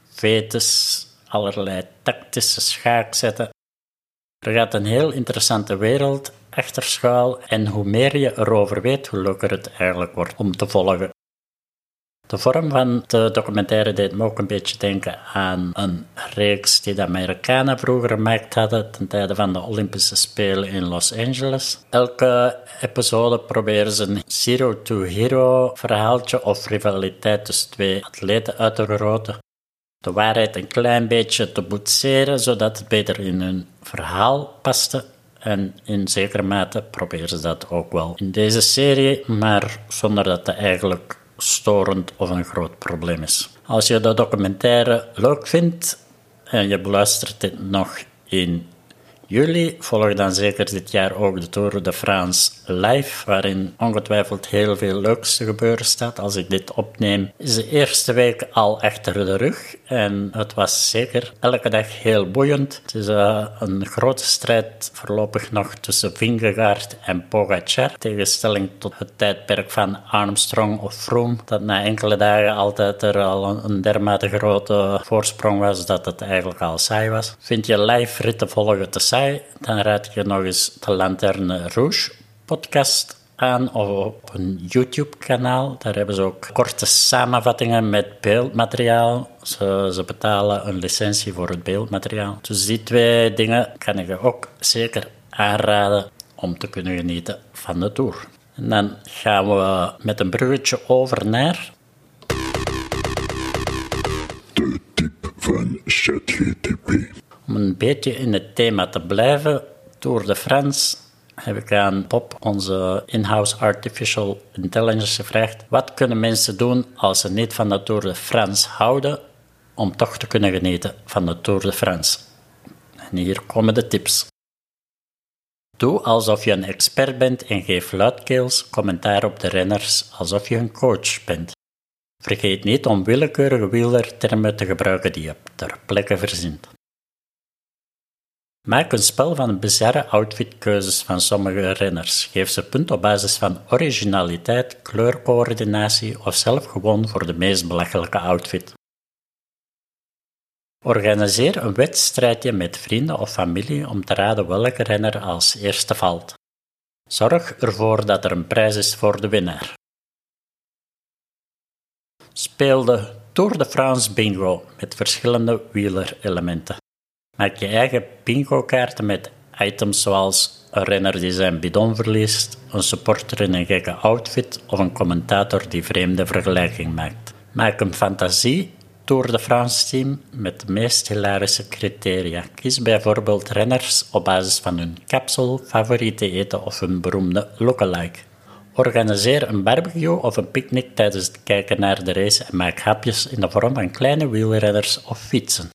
vetes, allerlei tactische schaakzetten. Er gaat een heel interessante wereld achter schuil en hoe meer je erover weet, hoe leuker het eigenlijk wordt om te volgen. De vorm van de documentaire deed me ook een beetje denken aan een reeks die de Amerikanen vroeger gemaakt hadden ten tijde van de Olympische Spelen in Los Angeles. Elke episode proberen ze een zero-to-hero verhaaltje of rivaliteit tussen twee atleten uit te vergroten. De waarheid een klein beetje te boetseren, zodat het beter in hun verhaal paste. En in zekere mate proberen ze dat ook wel in deze serie, maar zonder dat het eigenlijk storend of een groot probleem is. Als je de documentaire leuk vindt en je beluistert dit nog in juli, volg dan zeker dit jaar ook de Tour de France live, waarin ongetwijfeld heel veel leuks te gebeuren staat. Als ik dit opneem, is de eerste week al achter de rug en het was zeker elke dag heel boeiend. Het is uh, een grote strijd voorlopig nog tussen Vingegaard en Pogacar, tegenstelling tot het tijdperk van Armstrong of Froome, dat na enkele dagen altijd er al een, een dermate grote voorsprong was dat het eigenlijk al saai was. Vind je live ritten volgen te saai? Dan raad ik je nog eens de Lanterne Rouge podcast aan op een YouTube-kanaal. Daar hebben ze ook korte samenvattingen met beeldmateriaal. Ze, ze betalen een licentie voor het beeldmateriaal. Dus die twee dingen kan ik je ook zeker aanraden om te kunnen genieten van de tour. En dan gaan we met een bruggetje over naar... De tip van ChatGPT. Om een beetje in het thema te blijven, Tour de France, heb ik aan Bob, onze in-house artificial intelligence, gevraagd: wat kunnen mensen doen als ze niet van de Tour de France houden, om toch te kunnen genieten van de Tour de France? En hier komen de tips. Doe alsof je een expert bent en geef luidkeels commentaar op de renners alsof je een coach bent. Vergeet niet om willekeurige wielertermen te gebruiken die je ter plekke verzint. Maak een spel van bizarre outfitkeuzes van sommige renners. Geef ze punt op basis van originaliteit, kleurcoördinatie of zelf gewoon voor de meest belachelijke outfit. Organiseer een wedstrijdje met vrienden of familie om te raden welke renner als eerste valt. Zorg ervoor dat er een prijs is voor de winnaar. Speel de Tour de France bingo met verschillende wielerelementen. Maak je eigen bingo-kaarten met items zoals een renner die zijn bidon verliest, een supporter in een gekke outfit of een commentator die vreemde vergelijking maakt. Maak een fantasie Tour de France team met de meest hilarische criteria. Kies bijvoorbeeld renners op basis van hun kapsel, favoriete eten of hun beroemde lookalike. Organiseer een barbecue of een picknick tijdens het kijken naar de race en maak hapjes in de vorm van kleine wielrenners of fietsen.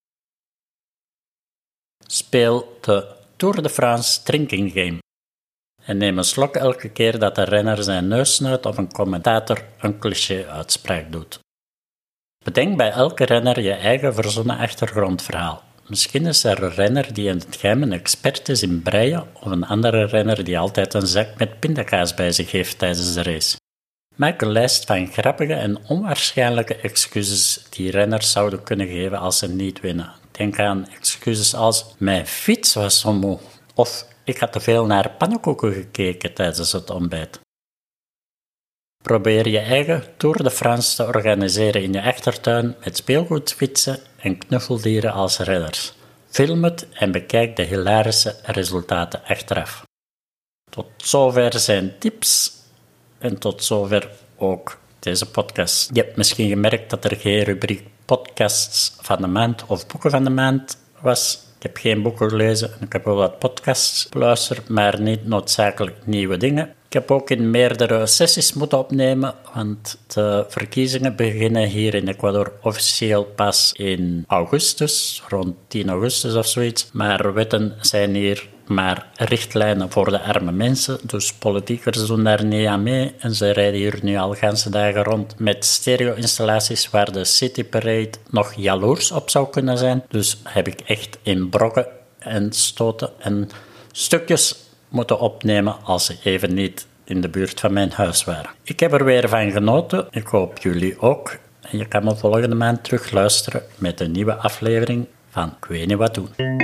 Speel de Tour de France drinking game en neem een slok elke keer dat de renner zijn neus snuit of een commentator een cliché-uitspraak doet. Bedenk bij elke renner je eigen verzonnen achtergrondverhaal. Misschien is er een renner die in het geheim een expert is in breien of een andere renner die altijd een zak met pindakaas bij zich heeft tijdens de race. Maak een lijst van grappige en onwaarschijnlijke excuses die renners zouden kunnen geven als ze niet winnen. Denk aan excuses als: mijn fiets was zo moe, of ik had te veel naar pannenkoeken gekeken tijdens het ontbijt. Probeer je eigen Tour de France te organiseren in je achtertuin met speelgoedfietsen en knuffeldieren als redders. Film het en bekijk de hilarische resultaten achteraf. Tot zover zijn tips en tot zover ook deze podcast. Je hebt misschien gemerkt dat er geen rubriek podcasts van de maand of boeken van de maand was. Ik heb geen boeken gelezen en ik heb wel wat podcasts beluisterd, maar niet noodzakelijk nieuwe dingen. Ik heb ook in meerdere sessies moeten opnemen, want de verkiezingen beginnen hier in Ecuador officieel pas in augustus, rond tien augustus of zoiets. Maar wetten zijn hier maar richtlijnen voor de arme mensen, dus politiekers doen daar niet aan mee. En ze rijden hier nu al ganse dagen rond met stereo-installaties waar de City Parade nog jaloers op zou kunnen zijn. Dus heb ik echt in brokken en stoten en stukjes moeten opnemen als ze even niet in de buurt van mijn huis waren. Ik heb er weer van genoten. Ik hoop jullie ook. En je kan me volgende maand terug luisteren met een nieuwe aflevering van Ik weet niet wat doen.